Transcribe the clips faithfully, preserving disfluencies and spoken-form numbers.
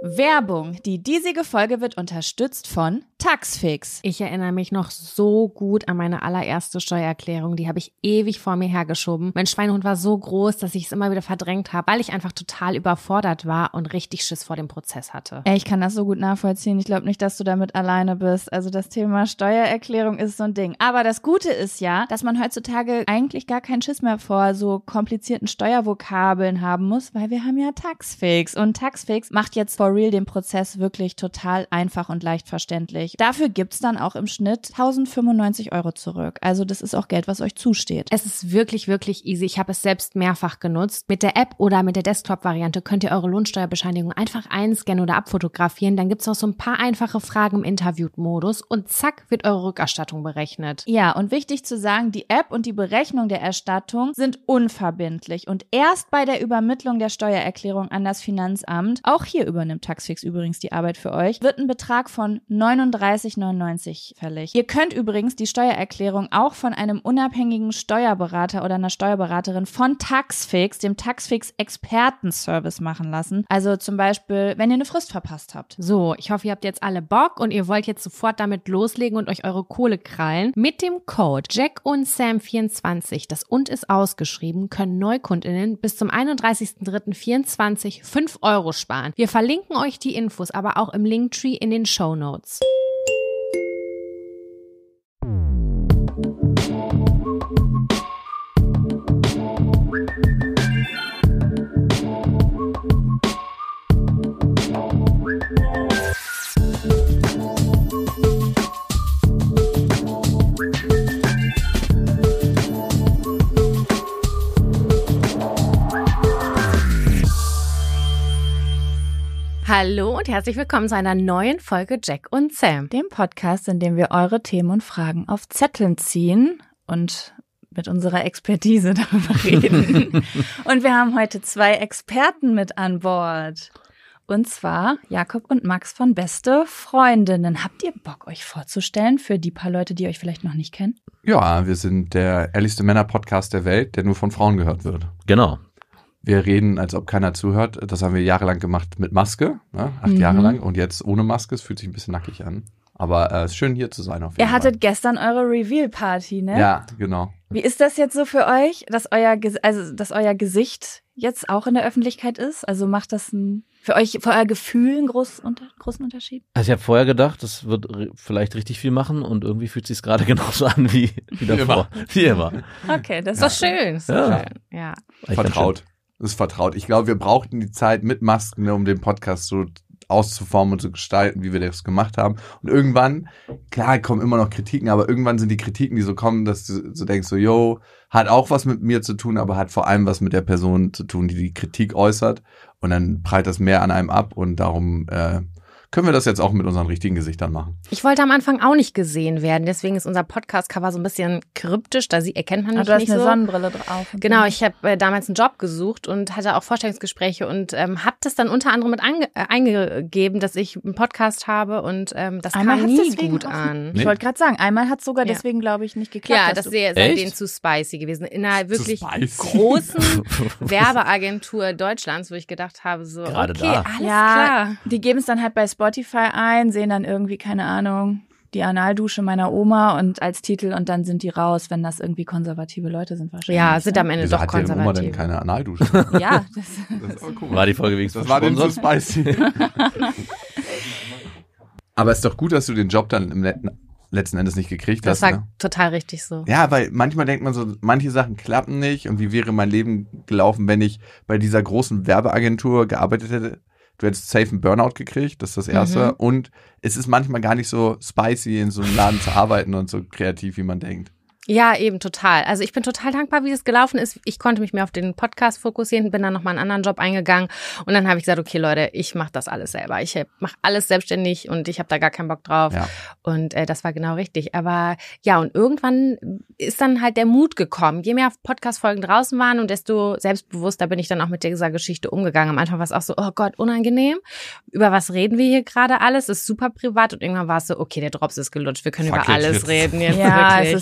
Werbung. Die diesige Folge wird unterstützt von Taxfix. Ich erinnere mich noch so gut an meine allererste Steuererklärung. Die habe ich ewig vor mir hergeschoben. Mein Schweinehund war so groß, dass ich es immer wieder verdrängt habe, weil ich einfach total überfordert war und richtig Schiss vor dem Prozess hatte. Ey, ich kann das so gut nachvollziehen. Ich glaube nicht, dass du damit alleine bist. Also das Thema Steuererklärung ist so ein Ding. Aber das Gute ist ja, dass man heutzutage eigentlich gar keinen Schiss mehr vor so komplizierten Steuervokabeln haben muss, weil wir haben ja Taxfix. Und Taxfix macht jetzt for real den Prozess wirklich total einfach und leicht verständlich. Dafür gibt's dann auch im Schnitt tausendfünfundneunzig Euro zurück. Also das ist auch Geld, was euch zusteht. Es ist wirklich, wirklich easy. Ich habe es selbst mehrfach genutzt. Mit der App oder mit der Desktop-Variante könnt ihr eure Lohnsteuerbescheinigung einfach einscannen oder abfotografieren. Dann gibt's noch so ein paar einfache Fragen im Interview-Modus und zack, wird eure Rückerstattung berechnet. Ja, und wichtig zu sagen, die App und die Berechnung der Erstattung sind unverbindlich. Und erst bei der Übermittlung der Steuererklärung an das Finanzamt, auch hier übernimmt Taxfix übrigens die Arbeit für euch, wird ein Betrag von neununddreißig neunundneunzig fällig. Ihr könnt übrigens die Steuererklärung auch von einem unabhängigen Steuerberater oder einer Steuerberaterin von Taxfix, dem Taxfix Expertenservice machen lassen. Also zum Beispiel, wenn ihr eine Frist verpasst habt. So, ich hoffe, ihr habt jetzt alle Bock und ihr wollt jetzt sofort damit loslegen und euch eure Kohle krallen. Mit dem Code Jack und Sam vierundzwanzig, das und ist ausgeschrieben, können NeukundInnen bis zum einunddreißigsten dritten vierundzwanzig fünf Euro sparen. Wir verlinken euch die Infos aber auch im Linktree in den Shownotes. Hallo und herzlich willkommen zu einer neuen Folge Jack und Sam. Dem Podcast, in dem wir eure Themen und Fragen auf Zetteln ziehen und mit unserer Expertise darüber reden. Und wir haben heute zwei Experten mit an Bord. Und zwar Jakob und Max von Beste Freundinnen. Habt ihr Bock, euch vorzustellen für die paar Leute, die euch vielleicht noch nicht kennen? Ja, wir sind der ehrlichste Männer-Podcast der Welt, der nur von Frauen gehört wird. Genau. Wir reden, als ob keiner zuhört. Das haben wir jahrelang gemacht mit Maske, ne? acht mhm. Jahre lang. Und jetzt ohne Maske. Es fühlt sich ein bisschen nackig an. Aber es äh, ist schön, hier zu sein auf jeden Ihr Fall. hattet gestern eure Reveal-Party, ne? Ja, genau. Wie ist das jetzt so für euch, dass euer, also, dass euer Gesicht jetzt auch in der Öffentlichkeit ist? Also macht das ein, für euch, für euer Gefühl einen groß, unter, großen Unterschied? Also ich habe vorher gedacht, das wird r- vielleicht richtig viel machen und irgendwie fühlt es sich gerade genauso an wie, wie davor. Wie immer. Okay, das ist doch ja. schön. Ist doch Ja. schön. Ja. Vertraut. Das ist vertraut. Ich glaube, wir brauchten die Zeit mit Masken, um den Podcast so auszuformen und zu gestalten, wie wir das gemacht haben. Und irgendwann, klar, kommen immer noch Kritiken, aber irgendwann sind die Kritiken, die so kommen, dass du so denkst, so, yo, hat auch was mit mir zu tun, aber hat vor allem was mit der Person zu tun, die die Kritik äußert. Und dann prallt das mehr an einem ab und darum äh, können wir das jetzt auch mit unseren richtigen Gesichtern machen. Ich wollte am Anfang auch nicht gesehen werden, deswegen ist unser Podcast-Cover so ein bisschen kryptisch, da sie, erkennt man mich du hast nicht eine so. Sonnenbrille drauf. Genau, ich habe äh, damals einen Job gesucht und hatte auch Vorstellungsgespräche und ähm, habe das dann unter anderem mit ange- äh, eingegeben, dass ich einen Podcast habe und ähm, das einmal kam nie gut an. Ich nee. wollte gerade sagen, einmal hat es sogar ja. deswegen, glaube ich, nicht geklappt. Ja, das wäre seitdem zu spicy gewesen. In einer wirklich großen Werbeagentur Deutschlands, wo ich gedacht habe, so, Gerade okay, da. alles ja, klar. Die geben es dann halt bei Spotify ein, sehen dann irgendwie, keine Ahnung, die Analdusche meiner Oma und als Titel und dann sind die raus, wenn das irgendwie konservative Leute sind wahrscheinlich. Ja, sind am Ende Wieso doch hat deren Oma konservativ. denn keine Analdusche? Ja, das, Das ist cool. War die Folge wenigstens Das war denn zu gesponsert? spicy. Aber es ist doch gut, dass du den Job dann im letzten, letzten Endes nicht gekriegt Das hast. war Ne? total richtig so. Ja, weil manchmal denkt man so, manche Sachen klappen nicht und wie wäre mein Leben gelaufen, wenn ich bei dieser großen Werbeagentur gearbeitet hätte. Du hättest safe einen Burnout gekriegt, das ist das Erste. Mhm. Und es ist manchmal gar nicht so spicy, in so einem Laden zu arbeiten und so kreativ, wie man denkt. Ja, eben total. Also ich bin total dankbar, wie das gelaufen ist. Ich konnte mich mehr auf den Podcast fokussieren, bin dann nochmal einen anderen Job eingegangen und dann habe ich gesagt, okay Leute, ich mache das alles selber. Ich mache alles selbstständig und ich habe da gar keinen Bock drauf. Ja. Und äh, das war genau richtig. Aber ja, und irgendwann ist dann halt der Mut gekommen. Je mehr Podcast-Folgen draußen waren und desto selbstbewusster bin ich dann auch mit dieser Geschichte umgegangen. Am Anfang war es auch so, oh Gott, unangenehm. Über was reden wir hier gerade alles? Das ist super privat und irgendwann war es so, okay, der Drops ist gelutscht, wir können Fuck über it, alles jetzt. reden. Jetzt ja, wirklich. es ist jetzt wirklich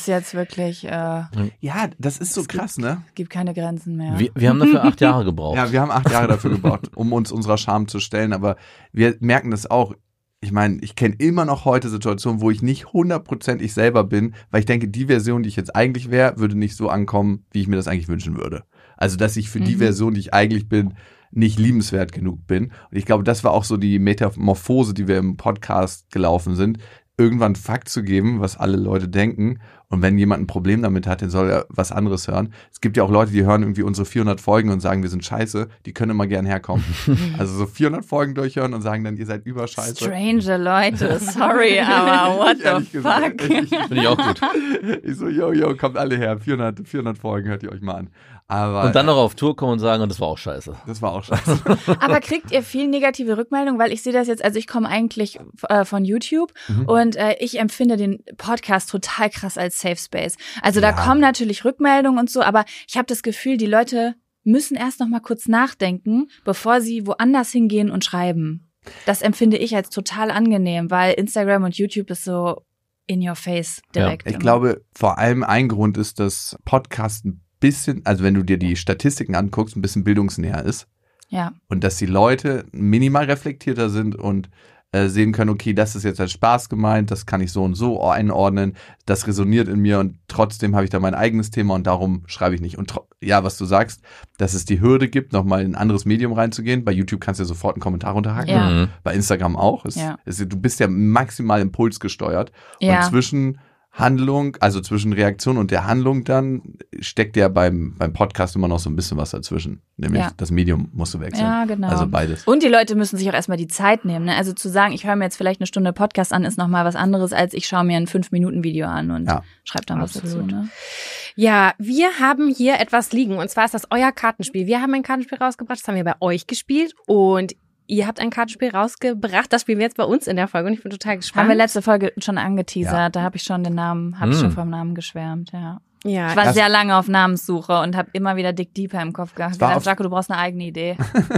wirklich, äh, Ja, das ist so Es krass, ne? gibt keine Grenzen mehr. Wir, wir haben dafür acht Jahre gebraucht. Ja, wir haben acht Jahre dafür gebraucht, um uns unserer Scham zu stellen, aber wir merken das auch. Ich meine, ich kenne immer noch heute Situationen, wo ich nicht hundertprozentig ich selber bin, weil ich denke, die Version, die ich jetzt eigentlich wäre, würde nicht so ankommen, wie ich mir das eigentlich wünschen würde. Also, dass ich für Mhm. die Version, die ich eigentlich bin, nicht liebenswert genug bin. Und ich glaube, das war auch so die Metamorphose, die wir im Podcast gelaufen sind, irgendwann Fakt zu geben, was alle Leute denken. Und wenn jemand ein Problem damit hat, dann soll er was anderes hören. Es gibt ja auch Leute, die hören irgendwie unsere vierhundert Folgen und sagen, wir sind scheiße. Die können immer gern herkommen. Also so vierhundert Folgen durchhören und sagen dann, ihr seid überscheiße. Strange Leute, sorry, aber what the Ehrlich gesagt, fuck? ich- Finde ich auch gut. Ich so, yo, yo, kommt alle her. vierhundert, vierhundert Folgen hört ihr euch mal an. Aber Und dann noch auf Tour kommen und sagen, und das war auch scheiße. das war auch scheiße. Aber kriegt ihr viel negative Rückmeldung? Weil ich sehe das jetzt, also ich komme eigentlich äh, von YouTube Mhm. und äh, ich empfinde den Podcast total krass als Safe Space. Also da Ja. kommen natürlich Rückmeldungen und so, aber ich habe das Gefühl, die Leute müssen erst noch mal kurz nachdenken, bevor sie woanders hingehen und schreiben. Das empfinde ich als total angenehm, weil Instagram und YouTube ist so in your face direkt. Ich immer. glaube, vor allem ein Grund ist, dass Podcast ein bisschen, also wenn du dir die Statistiken anguckst, ein bisschen bildungsnäher ist. Ja. Und dass die Leute minimal reflektierter sind und äh, sehen können, okay, das ist jetzt als Spaß gemeint, das kann ich so und so einordnen, das resoniert in mir und trotzdem habe ich da mein eigenes Thema und darum schreibe ich nicht. Und tro- ja, was du sagst, dass es die Hürde gibt, nochmal in ein anderes Medium reinzugehen. Bei YouTube kannst du ja sofort einen Kommentar runterhacken. Ja. Mhm. Bei Instagram auch. Es, Ja. es, du bist ja maximal impulsgesteuert. Ja. Und zwischen Handlung, also zwischen Reaktion und der Handlung dann, steckt ja beim, beim Podcast immer noch so ein bisschen was dazwischen. Nämlich Ja. das Medium musst du wechseln. Ja, genau. Also beides. Und die Leute müssen sich auch erstmal die Zeit nehmen. Ne? Also zu sagen, ich höre mir jetzt vielleicht eine Stunde Podcast an, ist nochmal was anderes, als ich schaue mir ein fünf Minuten Video an und Ja. schreibe dann was dazu. Absolut. Ne? Ja, wir haben hier etwas liegen und zwar ist das euer Kartenspiel. Wir haben ein Kartenspiel rausgebracht, das haben wir bei euch gespielt und ihr habt ein Kartenspiel rausgebracht, das spielen wir jetzt bei uns in der Folge und ich bin total gespannt. Haben wir letzte Folge schon angeteasert, Ja. da habe ich schon den Namen, habe ich Mm. schon vom Namen geschwärmt, ja. ja, Ich war Das- sehr lange auf Namenssuche und habe immer wieder Dick Deeper im Kopf gehabt. war Gedacht, auf- Jaco, du brauchst eine eigene Idee.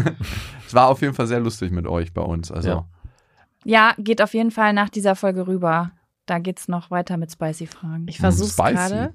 Es war auf jeden Fall sehr lustig mit euch bei uns. Also Ja. Ja, geht auf jeden Fall nach dieser Folge rüber. Da geht's noch weiter mit Spicy-Fragen. ich versuch's Spicy. gerade.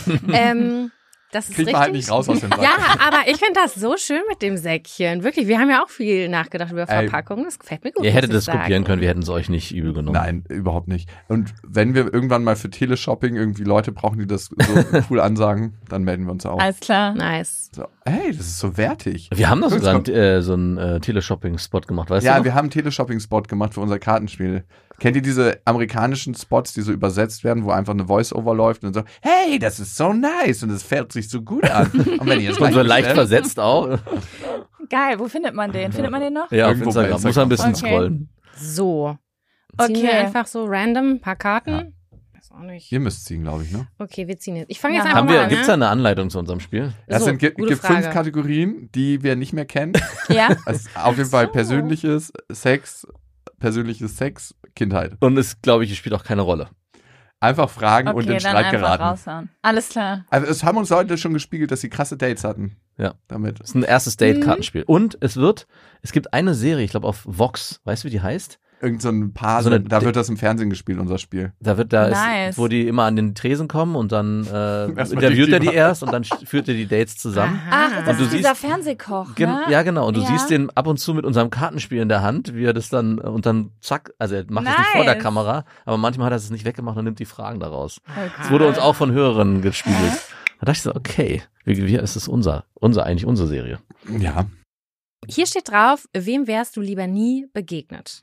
ähm, das ist kriegt richtig. man halt nicht raus aus dem Sack. Ja, aber ich finde das so schön mit dem Säckchen. Wirklich, wir haben ja auch viel nachgedacht über Ey. Verpackungen. Das gefällt mir gut. Ihr hättet muss das ich kopieren sagen. können, wir hätten es euch nicht übel genommen. Nein, überhaupt nicht. Und wenn wir irgendwann mal für Teleshopping irgendwie Leute brauchen, die das so cool ansagen, dann melden wir uns auch. Alles klar. Nice. So, hey, das ist so wertig. Wir haben doch sogar Kommt- einen, äh, so einen äh, Teleshopping-Spot gemacht, weißt du Ja, noch? wir haben einen Teleshopping-Spot gemacht für unser Kartenspiel. Kennt ihr diese amerikanischen Spots, die so übersetzt werden, wo einfach eine Voice-Over läuft und so, hey, das ist so nice und es fährt sich so gut an. Und wenn ihr es Und so leicht bestellt- versetzt auch. Geil, wo findet man den? Findet man den noch? Ja, auf Irgendwo bei Instagram. Muss man ein bisschen Okay. scrollen. So. Ziehen Okay. wir einfach so random ein paar Karten. Ja. Weiß auch nicht. Ihr müsst ziehen, glaube ich, ne? Okay, wir ziehen jetzt. Ich fange Ja. jetzt einfach Haben mal wir, an. gibt's da eine Anleitung zu unserem Spiel? Das So, sind gibt, gute gibt fünf Frage. Kategorien, die wir nicht mehr kennen. Ja. Also auf jeden Fall so. persönliches, Sex, persönliches Sex, Kindheit. Und es, glaube ich, spielt auch keine Rolle. Einfach fragen und Okay, in dann Streit einfach geraten. raushauen. Alles klar. Also es haben uns Leute schon gespiegelt, dass sie krasse Dates hatten. Ja. Damit. Das ist ein erstes Date-Kartenspiel. Und es wird, es gibt eine Serie, ich glaube auf Vox, weißt du, wie die heißt? Irgend so ein Paar, So eine- da wird das im Fernsehen gespielt, unser Spiel. Da wird da, Nice. ist, wo die immer an den Tresen kommen und dann äh, Erstmal interviewt die er die Team- erst und dann sch- führt er die Dates zusammen. Ach, das Und du ist dieser siehst- Fernsehkoch, Gen ne? Ja, genau. Und du Ja. siehst den ab und zu mit unserem Kartenspiel in der Hand, wie er das dann, und dann zack, also er macht das nicht vor der Nice. Kamera, aber manchmal hat er es nicht weggemacht und nimmt die Fragen daraus. Okay. Das wurde uns auch von Hörerinnen gespiegelt. Da dachte ich so, okay, wie, wie ist es unser, unser, eigentlich unsere Serie? Ja. Hier steht drauf, wem wärst du lieber nie begegnet?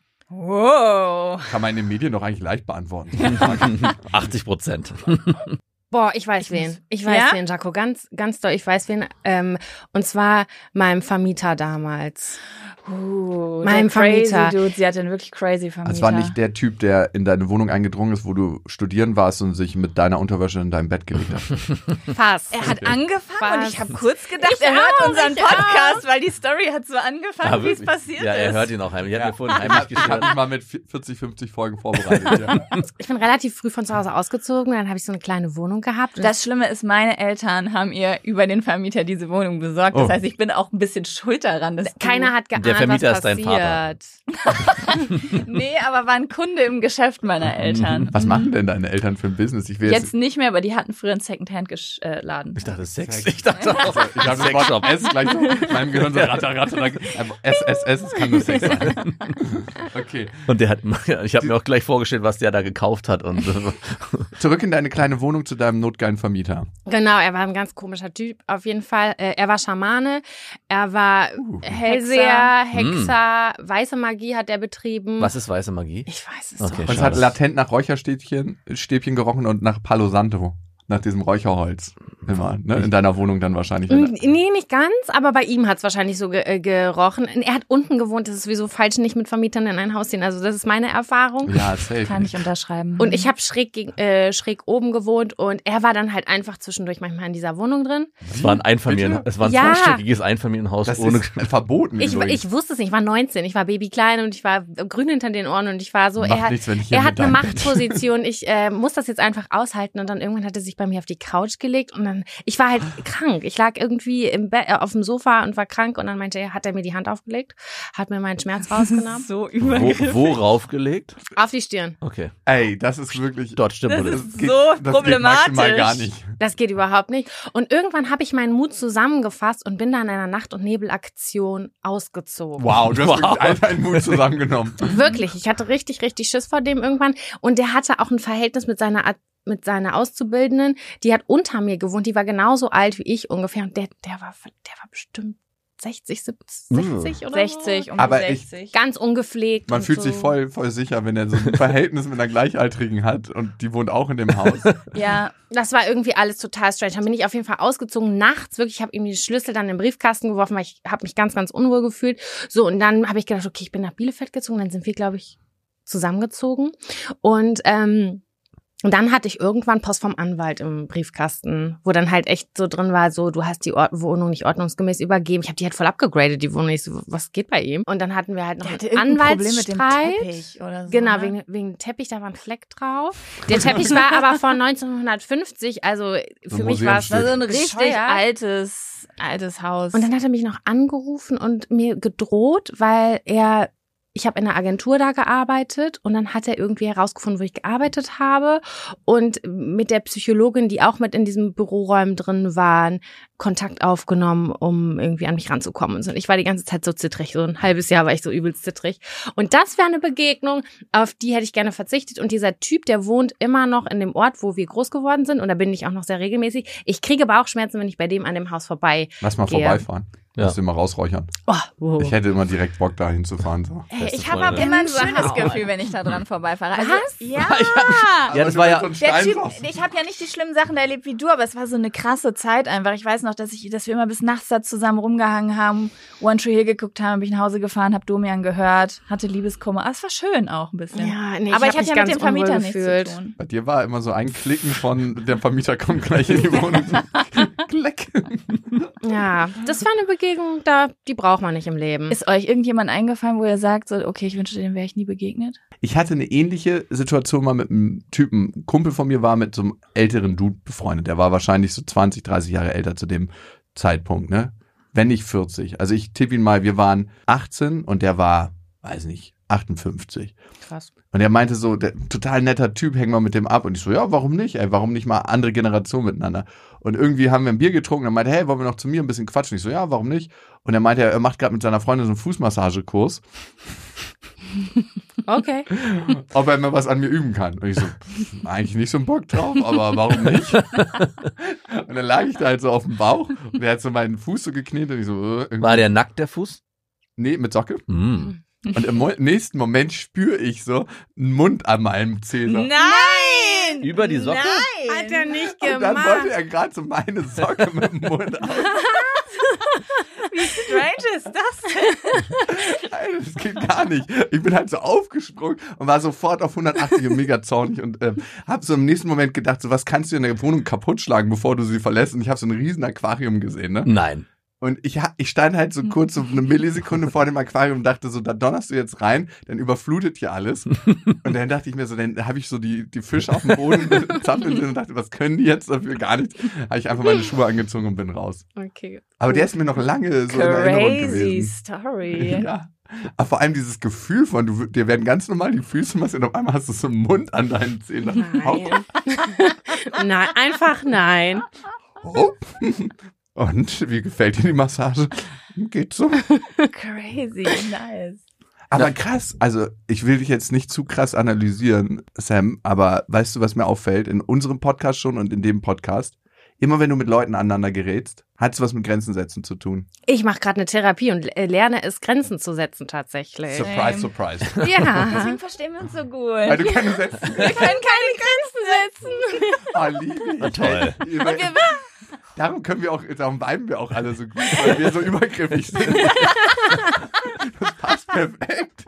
Wow. Kann man in den Medien doch eigentlich leicht beantworten. achtzig Prozent. Boah, ich weiß Ich wen. muss- Ich weiß Ja? wen, Jaco. Ganz, ganz doll. Ich weiß wen. Ähm, und zwar meinem Vermieter damals. Uh, Mein der crazy Vermieter. Dude, sie hat einen wirklich crazy Vermieter. Es war nicht der Typ, der in deine Wohnung eingedrungen ist, wo du studieren warst und sich mit deiner Unterwäsche in deinem Bett gelegt hat. Fast. Er hat angefangen und ich habe Was? kurz gedacht, Ich er hört auch, unseren ich Podcast, weil die Story hat so angefangen, Ah, wie es wirklich? passiert Ja, er ist. hört ihn auch heimlich. Er hat Ja. mir vorhin Ich heimlich habe geschrieben. mich mal mit vierzig, fünfzig Folgen vorbereitet. Ja. Ich bin relativ früh von zu Hause ausgezogen. Dann habe ich so eine kleine Wohnung Wohnung gehabt. Das Schlimme ist, meine Eltern haben ihr über den Vermieter diese Wohnung besorgt. Das Oh. heißt, ich bin auch ein bisschen schuld daran, dass Keiner hat geahnt, Der Vermieter was ist dein passiert. du... Nee, aber war ein Kunde im Geschäft meiner Eltern. Was machen denn deine Eltern für ein Business? Ich will Jetzt nicht mehr, aber die hatten früher einen Secondhand-Laden. Ich dachte Sex. Sex. Ich dachte auch. Ich habe das Wort S gleich so in meinem Gehirn so ratter, ratter, ratter. S, S, S, es kann nur Sex sein. Okay. Und der hat, ich habe mir auch gleich vorgestellt, was der da gekauft hat. Und Zurück in deine kleine Wohnung zu deinem notgeilen Vermieter. Genau, er war ein ganz komischer Typ, auf jeden Fall. Äh, Er war Schamane, er war Uh. Hellseher, Hexer, weiße Magie hat er betrieben. was ist weiße Magie? Ich weiß es Okay. doch. Und es hat latent nach Räucherstäbchen Stäbchen gerochen und nach Palo Santo. Nach diesem Räucherholz. Immer, ne? In deiner Wohnung dann wahrscheinlich. Wenn Mm, Nee, nicht ganz, aber bei ihm hat es wahrscheinlich so ge äh, gerochen. Er hat unten gewohnt, das ist sowieso falsch, nicht mit Vermietern in ein Haus ziehen. Also das ist meine Erfahrung. ja, safe. Kann ich unterschreiben. Und ich habe schräg, geg- äh, schräg oben gewohnt und er war dann halt einfach zwischendurch manchmal in dieser Wohnung drin. Es war ein Einfamilien, Bitte? es war ein Ja. zweistöckiges Einfamilienhaus Das ohne. ist verboten. Ich, übrigens. ich wusste es nicht, ich war neunzehn, ich war babyklein und ich war grün hinter den Ohren und ich war so, Macht er hat, nichts, wenn ich hier er mit hat eine deinem Bett- Machtposition, ich äh, muss das jetzt einfach aushalten und dann irgendwann hat er sich bei mir auf die Couch gelegt und dann, ich war halt krank, ich lag irgendwie im Bett, äh, auf dem Sofa und war krank und dann meinte er, hat er mir die Hand aufgelegt, hat mir meinen Schmerz rausgenommen, so Wo, übergriffig. worauf gelegt? auf die Stirn. Okay. Ey, das ist wirklich. Dort stimmt Das wohl. ist geht- so das problematisch. Geht maximal gar nicht. Das geht überhaupt nicht. Und irgendwann habe ich meinen Mut zusammengefasst und bin dann in einer Nacht- und Nebelaktion ausgezogen. Wow, du hast Wow. wirklich all deinen Mut zusammengenommen. Wirklich, ich hatte richtig, richtig Schiss vor dem irgendwann. Und der hatte auch ein Verhältnis mit seiner Art, mit seiner Auszubildenden. Die hat unter mir gewohnt, die war genauso alt wie ich ungefähr. Und der, der war, der war bestimmt sechzig, siebzig, sechzig oder sechzig, so. um Aber die ich- sechzig. Ganz ungepflegt. Man und fühlt so. sich voll, voll sicher, wenn er so ein Verhältnis mit einer Gleichaltrigen hat und die wohnt auch in dem Haus. Ja, Das war irgendwie alles total strange. Dann bin ich auf jeden Fall ausgezogen, nachts wirklich. Ich habe ihm die Schlüssel dann in den Briefkasten geworfen, weil ich habe mich ganz, ganz unwohl gefühlt. So, und dann habe ich gedacht, okay, ich bin nach Bielefeld gezogen. Dann sind wir, glaube ich, zusammengezogen. Und ähm, und dann hatte ich irgendwann Post vom Anwalt im Briefkasten, wo dann halt echt so drin war, so, du hast die Ord- Wohnung nicht ordnungsgemäß übergeben. Ich habe die halt voll abgegradet, die Wohnung. Ich so, was geht bei ihm? Und dann hatten wir halt noch der hatte einen irgendein Problem mit dem Anwaltsstreit. Teppich oder so. Genau, ne? wegen, wegen dem Teppich, da war ein Fleck drauf. Der Teppich war aber von neunzehnhundertfünfzig, also So für ein mich war es Das war so ein bescheuert. richtig altes, altes Haus. Und dann hat er mich noch angerufen und mir gedroht, weil er, ich habe in einer Agentur da gearbeitet und dann hat er irgendwie herausgefunden, wo ich gearbeitet habe und mit der Psychologin, die auch mit in diesen Büroräumen drin waren, Kontakt aufgenommen, um irgendwie an mich ranzukommen und so. Und ich war die ganze Zeit so zittrig, so ein halbes Jahr war ich so übelst zittrig. Und das wäre eine Begegnung, auf die hätte ich gerne verzichtet. Und dieser Typ, der wohnt immer noch in dem Ort, wo wir groß geworden sind und da bin ich auch noch sehr regelmäßig. Ich kriege Bauchschmerzen, wenn ich bei dem an dem Haus vorbei. Lass mal Gehe. vorbeifahren. Ja. Lass den mal rausräuchern. Oh, wow. Ich hätte immer direkt Bock, da hinzufahren. So. Hey, Beste ich habe Freunde. aber immer ein schönes Gänsehaut. Gefühl, wenn ich da dran vorbeifahre. Also, Was? Ja. Ja, das war ja. So ein Der Typ, Steinsaus. ich habe ja nicht die schlimmen Sachen erlebt wie du, aber es war so eine krasse Zeit einfach. Ich weiß noch, dass ich, dass wir immer bis nachts da zusammen rumgehangen haben, One Tree Hill geguckt haben, bin ich nach Hause gefahren, habe Domian gehört, hatte Liebeskummer. Ah, es war schön auch ein bisschen. Ja, nee, aber ich ich, hab hatte mich ja mit ganz dem Vermieter unwohl nichts gefühlt. zu tun. Bei dir war immer so ein Klicken von, der Vermieter kommt gleich in die Wohnung. Klick. Ja, das war eine Begegnung, da, die braucht man nicht im Leben. Ist euch irgendjemand eingefallen, wo ihr sagt, so, okay, ich wünschte, dem wäre ich nie begegnet? Ich hatte eine ähnliche Situation mal mit einem Typen. Ein Kumpel von mir war mit so einem älteren Dude befreundet. Der war wahrscheinlich so zwanzig, dreißig Jahre älter zu dem Zeitpunkt, ne? Wenn nicht vierzig. Also ich tippe ihn mal, wir waren achtzehn und der war, weiß nicht, achtundfünfzig. Krass. Und er meinte so, der, total netter Typ, hängen wir mit dem ab. Und ich so, ja, warum nicht? Ey, warum nicht mal andere Generationen miteinander? Und irgendwie haben wir ein Bier getrunken. Dann meinte er, hey, wollen wir noch zu mir ein bisschen quatschen? Ich so, ja, warum nicht? Und er meinte, er macht gerade mit seiner Freundin so einen Fußmassagekurs, Okay. ob er mal was an mir üben kann. Und ich so, pff, eigentlich nicht so einen Bock drauf, aber warum nicht? Und dann lag ich da halt so auf dem Bauch und er hat so meinen Fuß so geknetet und ich so, äh, irgendwie- War der nackt, der Fuß? nee, mit Socke. Mm. Und im Mo- nächsten Moment spüre ich so einen Mund an meinem Cäsar. Nein! Über die Socke? Nein! Hat er nicht Und dann gemacht. wollte er gerade so meine Socke mit dem Mund aus. Wie strange ist das denn? Nein, das geht gar nicht. Ich bin halt so aufgesprungen und war sofort auf hundertachtzig und mega zornig und ähm, habe so im nächsten Moment gedacht, so was kannst du in der Wohnung kaputt schlagen, bevor du sie verlässt. Und ich habe so ein riesen Aquarium gesehen, ne? Nein. Und ich, ha- ich stand halt so kurz so eine Millisekunde vor dem Aquarium und dachte so, da donnerst du jetzt rein, dann überflutet hier alles. Und dann dachte ich mir so, dann habe ich so die, die Fische auf dem Boden zappeln sehen und dachte, was können die jetzt dafür? Gar nichts. Habe ich einfach meine Schuhe angezogen und bin raus. Okay. Aber der ist mir noch lange so in Erinnerung Crazy gewesen. Story. Ja. Aber vor allem dieses Gefühl von, du, dir werden ganz normal die Füße massiert und auf einmal hast du so einen Mund an deinen Zähnen. Nein. Nein, einfach nein. Oh. Und wie gefällt dir die Massage? Geht so. Crazy, nice. Aber krass, also ich will dich jetzt nicht zu krass analysieren, Sam, aber weißt du, was mir auffällt? In unserem Podcast schon und in dem Podcast, immer wenn du mit Leuten aneinander gerätst, hat es was mit Grenzen setzen zu tun. Ich mache gerade eine Therapie und äh, lerne es, Grenzen zu setzen tatsächlich. Surprise, surprise. Ja. Deswegen verstehen wir uns so gut. Weil du keine Sätze. Wir können keine Grenzen setzen. Oh, liebe ich. Toll. Und wir, darum können wir auch, darum bleiben wir auch alle so gut, weil wir so übergriffig sind. Das passt perfekt.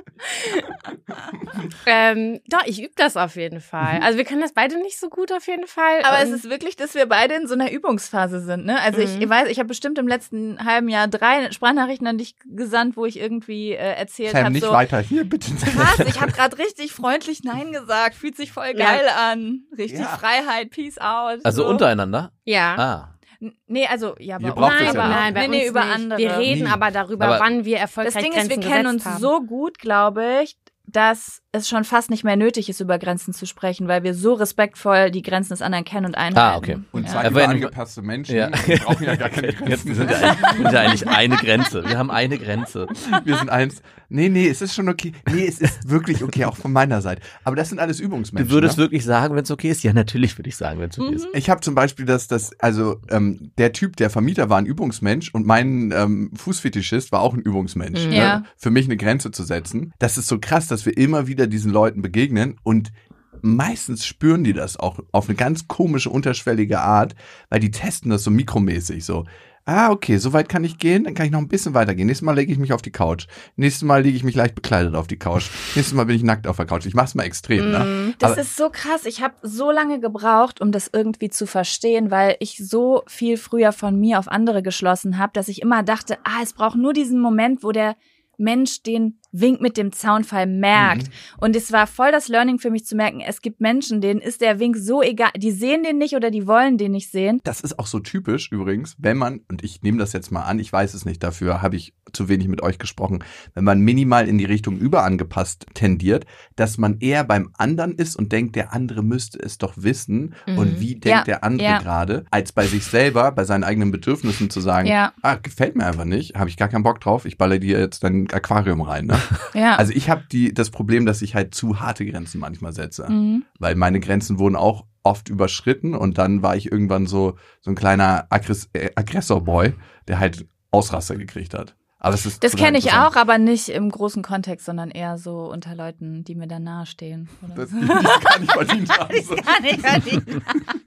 ähm, doch, ich übe das auf jeden Fall. Also wir können das beide nicht so gut auf jeden Fall. Aber Und es ist wirklich, dass wir beide in so einer Übungsphase sind, ne? Also ich, Mhm. ich weiß, ich habe bestimmt im letzten halben Jahr drei Sprachnachrichten an dich gesandt, wo ich irgendwie äh, erzählt Sam, habe, nicht so, weiter hier, bitte. krass, ich habe gerade richtig freundlich Nein gesagt, fühlt sich voll Ja. geil an, richtig Ja. Freiheit, Peace out. Also so. untereinander? ja. Ah. N- Nee, also, ja, bei Ihr braucht uns, es ja aber nicht. auch, Nein, bei nee, nee, uns über nicht. andere. Wir reden Nie. aber darüber, Aber wann wir Das erfolgreich Ding Grenzen ist, wir kennen uns gesetzt haben. so gut, glaube ich, dass es schon fast nicht mehr nötig ist, über Grenzen zu sprechen, weil wir so respektvoll die Grenzen des anderen kennen und einhalten. Ah, okay. Und ja. zwei Ja, weil- angepasste Menschen Ja. wir brauchen ja gar keine Jetzt Grenzen. sind wir, eigentlich, sind wir eigentlich eine Grenze. Wir haben eine Grenze. Wir sind eins. Nee, nee, es ist schon okay. Nee, es ist wirklich okay, auch von meiner Seite. Aber das sind alles Übungsmenschen. Du würdest ne? wirklich sagen, wenn es okay ist? Ja, natürlich würde ich sagen, wenn es okay ist. Ich habe zum Beispiel das, das also ähm, der Typ, der Vermieter war ein Übungsmensch und mein ähm, Fußfetischist war auch ein Übungsmensch. Mhm. Ne? Ja. Für mich eine Grenze zu setzen. Das ist so krass, dass wir immer wieder diesen Leuten begegnen und meistens spüren die das auch auf eine ganz komische, unterschwellige Art, weil die testen das so mikromäßig so. Ah, okay, so weit kann ich gehen, dann kann ich noch ein bisschen weitergehen. Nächstes Mal lege ich mich auf die Couch. Nächstes Mal lege ich mich leicht bekleidet auf die Couch. Nächstes Mal bin ich nackt auf der Couch. Ich mach's mal extrem, ne? Das Aber- ist so krass. Ich habe so lange gebraucht, um das irgendwie zu verstehen, weil ich so viel früher von mir auf andere geschlossen habe, dass ich immer dachte, ah, es braucht nur diesen Moment, wo der Mensch den Wink mit dem Zaunfall merkt. Mhm. Und es war voll das Learning für mich zu merken, es gibt Menschen, denen ist der Wink so egal, die sehen den nicht oder die wollen den nicht sehen. Das ist auch so typisch übrigens, wenn man, und ich nehme das jetzt mal an, ich weiß es nicht, dafür habe ich zu wenig mit euch gesprochen, wenn man minimal in die Richtung überangepasst tendiert, dass man eher beim anderen ist und denkt, der andere müsste es doch wissen Mhm. und wie denkt Ja, der andere ja. gerade, als bei sich selber, bei seinen eigenen Bedürfnissen zu sagen, Ja. ah, gefällt mir einfach nicht, habe ich gar keinen Bock drauf, ich baller dir jetzt dein Aquarium rein. Ne? Ja. Also ich habe die das Problem, dass ich halt zu harte Grenzen manchmal setze. Mhm. Weil meine Grenzen wurden auch oft überschritten und dann war ich irgendwann so so ein kleiner Aggress äh, Aggressor-Boy, der halt Ausraster gekriegt hat. Aber es ist Das total kenne ich interessant. auch, aber nicht im großen Kontext, sondern eher so unter Leuten, die mir da nahestehen. Oder Das, so. die es gar nicht verdient haben. So. Gar nicht verdient.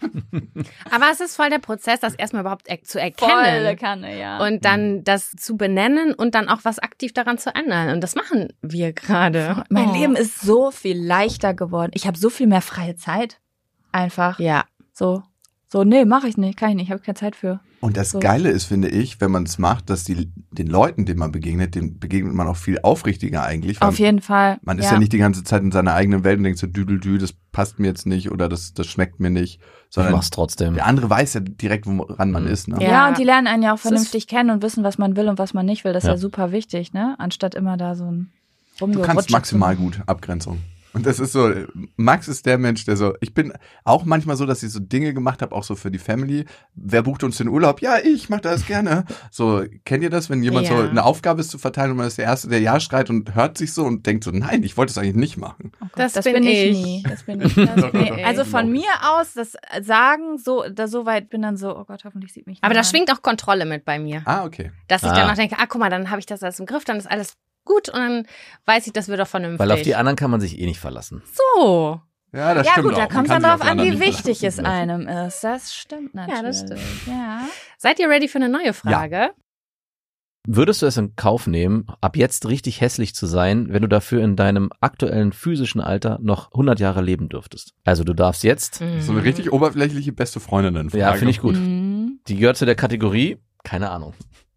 Aber es ist voll der Prozess, das erstmal überhaupt er zu Volle erkennen. Kanne, ja. Und dann das zu benennen und dann auch was aktiv daran zu ändern. Und das machen wir gerade. Mein Oh. Leben ist so viel leichter geworden. Ich habe so viel mehr freie Zeit. Einfach. Ja. So. So, nee, mache ich nicht, kann ich nicht, habe keine Zeit für. Und das So. Geile ist, finde ich, wenn man es macht, dass die den Leuten, denen man begegnet, denen begegnet man auch viel aufrichtiger eigentlich. weil Auf jeden Fall. Man ist ja. nicht die ganze Zeit in seiner eigenen Welt und denkt so, düdeldü, das passt mir jetzt nicht oder das, das schmeckt mir nicht. Ich Sondern mach's trotzdem. der andere weiß ja direkt, woran man Mhm. ist. Ne? Ja. Ja. und die lernen einen ja auch Das ist- vernünftig kennen und wissen, was man will und was man nicht will. Das ist Ja. ja, super wichtig, ne? Anstatt immer da so ein Du Rumgerutsche kannst zu maximal machen. gut Abgrenzung. Und das ist so, Max ist der Mensch, der so, ich bin auch manchmal so, dass ich so Dinge gemacht habe, auch so für die Family. Wer bucht uns den Urlaub? Ja, ich mach das gerne. So, kennt ihr das, wenn jemand Ja. so eine Aufgabe ist zu verteilen und man ist der Erste, der Ja schreit und hört sich so und denkt so, nein, ich wollte es eigentlich nicht machen. Oh Gott, Das das, bin bin ich. ich. nie. Das bin ich. Das Doch, bin doch, ich. doch. Also von Glaub ich. mir aus, das Sagen, so, da so weit bin dann so, oh Gott, hoffentlich sieht mich Aber da niemand. schwingt auch Kontrolle mit bei mir. Ah, okay. Dass ich Ah. dann auch denke, ah, guck mal, dann habe ich das alles im Griff, dann ist alles gut und dann weiß ich, das wird doch vernünftig. Weil auf die anderen kann man sich eh nicht verlassen. So. Ja, das Ja stimmt gut, da auch. Man kommt kann dann sich darauf auf die an, wie anderen nicht wichtig es verlassen. einem ist. Das stimmt natürlich. Ja, das stimmt. Ja. Seid ihr ready für eine neue Frage? Würdest du es in Kauf nehmen, ab jetzt richtig hässlich zu sein, wenn du dafür in deinem aktuellen physischen Alter noch hundert Jahre leben dürftest? Also du darfst jetzt, Mhm. So eine richtig oberflächliche beste Freundinnen. ja, finde ich gut. Mhm. Die gehört zu der Kategorie, keine Ahnung.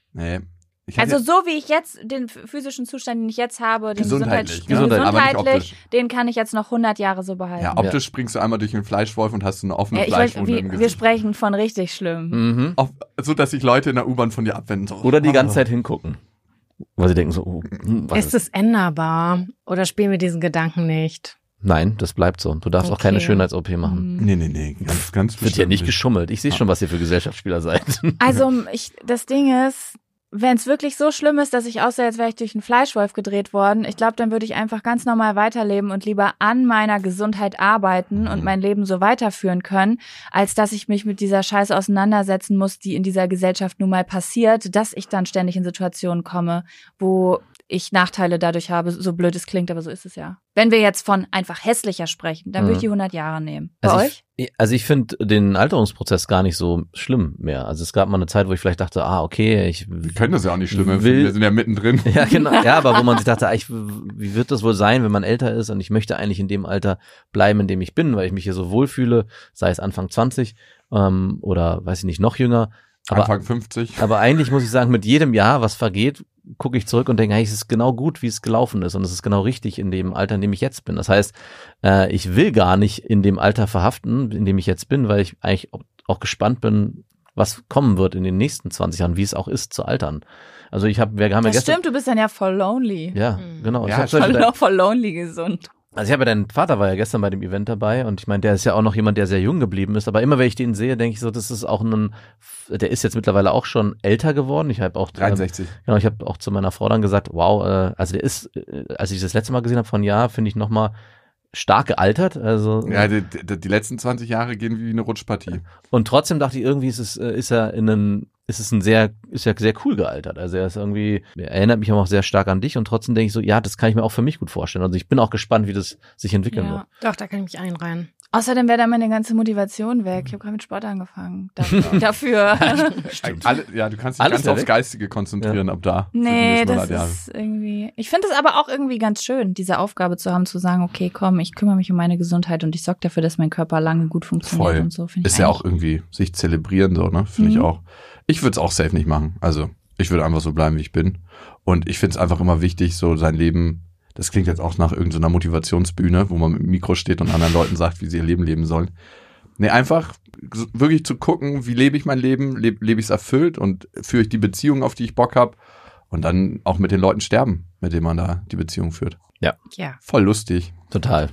Nee. Ich hatte, Also so wie ich jetzt den physischen Zustand, den ich jetzt habe, den gesundheitlich, Gesundheits- ne? Aber nicht gesundheitlich, optisch. den kann ich jetzt noch hundert Jahre so behalten. ja, optisch springst du einmal durch den Fleischwolf und hast so eine offene Ja, ich Fleischwunde weiß, im wir, wir Gesicht. sprechen von richtig schlimm. Mhm. Auf, so, dass sich Leute in der U-Bahn von dir abwenden. So. Oder die ganze Oh. Zeit hingucken. Weil sie denken so, oh, hm, was Ist ist? es änderbar oder spielen wir diesen Gedanken nicht? Nein, das bleibt so. Du darfst auch Okay. keine Schönheits-O P machen. Mhm. Nee, nee, nee. Ganz, ganz Wird ja bestimmt nicht geschummelt. Ich sehe schon, was ihr für Gesellschaftsspieler seid. Also ich, das Ding ist, wenn es wirklich so schlimm ist, dass ich aussehe, als wäre ich durch einen Fleischwolf gedreht worden, ich glaube, dann würde ich einfach ganz normal weiterleben und lieber an meiner Gesundheit arbeiten und mein Leben so weiterführen können, als dass ich mich mit dieser Scheiße auseinandersetzen muss, die in dieser Gesellschaft nun mal passiert, dass ich dann ständig in Situationen komme, wo ich Nachteile dadurch habe, so blöd es klingt, aber so ist es ja. Wenn wir jetzt von einfach hässlicher sprechen, dann würde ich die hundert Jahre nehmen. Bei Also euch? ich, also ich finde den Alterungsprozess gar nicht so schlimm mehr. Also es gab mal eine Zeit, wo ich vielleicht dachte, ah, okay, ich Wir können das ja auch nicht schlimm empfinden. Will- Wir sind ja mittendrin. ja, genau. Ja, aber wo man sich dachte, ah, ich, wie wird das wohl sein, wenn man älter ist? Und ich möchte eigentlich in dem Alter bleiben, in dem ich bin, weil ich mich hier so wohlfühle, sei es Anfang zwanzig ähm, oder weiß ich nicht, noch jünger. Aber, Anfang fünfzig. aber eigentlich muss ich sagen, mit jedem Jahr, was vergeht, gucke ich zurück und denke, hey, es ist genau gut, wie es gelaufen ist und es ist genau richtig in dem Alter, in dem ich jetzt bin. Das heißt, äh, ich will gar nicht in dem Alter verhaften, in dem ich jetzt bin, weil ich eigentlich auch, auch gespannt bin, was kommen wird in den nächsten zwanzig Jahren, wie es auch ist zu altern. Also ich habe, wir haben ja Das gestern, stimmt, du bist dann ja voll lonely. ja, Mhm. genau. Ja, ich hab zum Voll, Beispiel, voll lonely gesund. also ich habe ja, dein Vater war ja gestern bei dem Event dabei und ich meine, der ist ja auch noch jemand, der sehr jung geblieben ist, aber immer wenn ich den sehe, denke ich so, das ist auch ein, der ist jetzt mittlerweile auch schon älter geworden. Ich habe auch dreiundsechzig. Ähm, genau, ich habe auch zu meiner Frau dann gesagt, wow, äh, also der ist, äh, als ich das letzte Mal gesehen habe von Jahr, finde ich nochmal stark gealtert. Also Ja, die, die, die letzten zwanzig Jahre gehen wie eine Rutschpartie. und trotzdem dachte ich irgendwie, ist es, äh, ist er in einem, ist es ein sehr, ist ja sehr cool gealtert. Also er ist irgendwie, er erinnert mich auch sehr stark an dich und trotzdem denke ich so, ja, das kann ich mir auch für mich gut vorstellen. Also ich bin auch gespannt, wie das sich entwickeln Ja. wird. Doch, da kann ich mich einreihen. Außerdem wäre da meine ganze Motivation weg. Ich habe gerade mit Sport angefangen. Dafür. Dafür. Stimmt. Alle, ja, du kannst dich Alles ganz da aufs weg? Geistige konzentrieren ab da. für die Nee, nächsten das hundert Jahre. ist irgendwie. Ich finde es aber auch irgendwie ganz schön, diese Aufgabe zu haben, zu sagen, okay, komm, ich kümmere mich um meine Gesundheit und ich sorge dafür, dass mein Körper lange gut funktioniert Voll. und so. Find ich Ist ja eigentlich- auch irgendwie sich zelebrieren, so, ne? Finde ich Mhm. auch. Ich würde es auch safe nicht machen. Also, ich würde einfach so bleiben, wie ich bin. Und ich finde es einfach immer wichtig, so sein Leben, das klingt jetzt auch nach irgendeiner Motivationsbühne, wo man mit dem Mikro steht und anderen Leuten sagt, wie sie ihr Leben leben sollen. Nee, einfach so wirklich zu gucken, wie lebe ich mein Leben, lebe leb ich es erfüllt und führe ich die Beziehung, auf die ich Bock habe und dann auch mit den Leuten sterben, mit denen man da die Beziehung führt. Ja. Voll lustig. Total.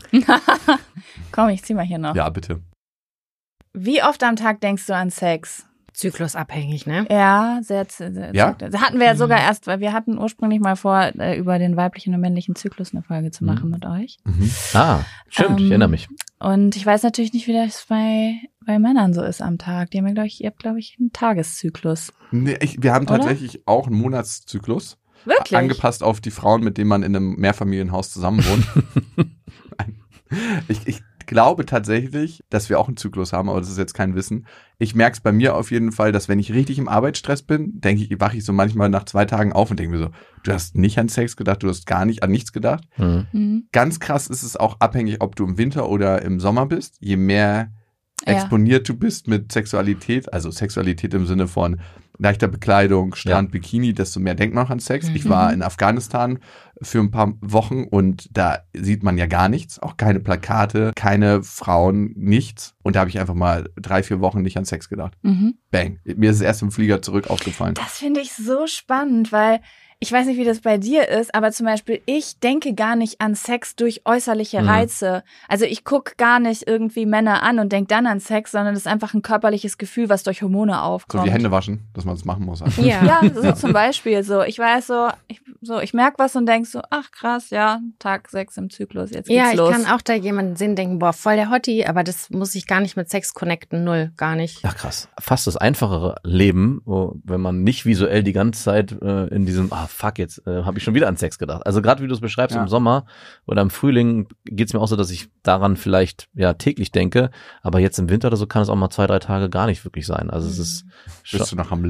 Komm, ich zieh mal hier noch. Ja, bitte. Wie oft am Tag denkst du an Sex? Zyklusabhängig, ne? Ja, sehr, sehr Ja? Das hatten wir ja sogar Mhm. erst, weil wir hatten ursprünglich mal vor, äh, über den weiblichen und männlichen Zyklus eine Folge zu machen Mhm. mit euch. Mhm. Ah, stimmt, ich Ähm, erinnere mich. Und ich weiß natürlich nicht, wie das bei, bei Männern so ist am Tag. Die haben ja, glaube ich, ihr habt, glaube ich, einen Tageszyklus. Nee, ich, wir haben Oder? tatsächlich auch einen Monatszyklus. Wirklich? Angepasst auf die Frauen, mit denen man in einem Mehrfamilienhaus zusammenwohnt. Nein. ich, ich glaube tatsächlich, dass wir auch einen Zyklus haben, aber das ist jetzt kein Wissen. Ich merke es bei mir auf jeden Fall, dass wenn ich richtig im Arbeitsstress bin, denke ich, wache ich so manchmal nach zwei Tagen auf und denke mir so, du hast nicht an Sex gedacht, du hast gar nicht an nichts gedacht. Mhm. Mhm. Ganz krass ist es auch abhängig, ob du im Winter oder im Sommer bist. Je mehr Ja. exponiert du bist mit Sexualität, also Sexualität im Sinne von leichter Bekleidung, Strand, Bikini, desto mehr denkt man auch an Sex. Ich Mhm. war in Afghanistan für ein paar Wochen und da sieht man ja gar nichts, auch keine Plakate, keine Frauen, nichts. Und da habe ich einfach mal drei, vier Wochen nicht an Sex gedacht. Mhm. Bang. Mir ist es erst im Flieger zurück aufgefallen. Das finde ich so spannend, weil ich weiß nicht, wie das bei dir ist, aber zum Beispiel, ich denke gar nicht an Sex durch äußerliche Mhm. Reize. Also ich gucke gar nicht irgendwie Männer an und denke dann an Sex, sondern das ist einfach ein körperliches Gefühl, was durch Hormone So aufkommt. wie Hände waschen, dass man es machen muss. einfach. Ja. Ja, so zum Beispiel so. Ich weiß so, ich, so, ich merke was und denk so, ach krass, ja, Tag sechs im Zyklus, jetzt geht's Ja, ich los. kann auch da jemanden sehen, denken, boah, voll der Hottie, aber das muss ich gar nicht mit Sex connecten, null, gar nicht. Ach krass. Fast das einfachere Leben, wo, wenn man nicht visuell die ganze Zeit äh, in diesem, ah fuck, jetzt äh, habe ich schon wieder an Sex gedacht. Also gerade wie du es beschreibst, Ja. im Sommer oder im Frühling geht's mir auch so, dass ich daran vielleicht ja täglich denke, aber jetzt im Winter oder so kann es auch mal zwei, drei Tage gar nicht wirklich sein. Also es ist schon, Bist du noch am Leben?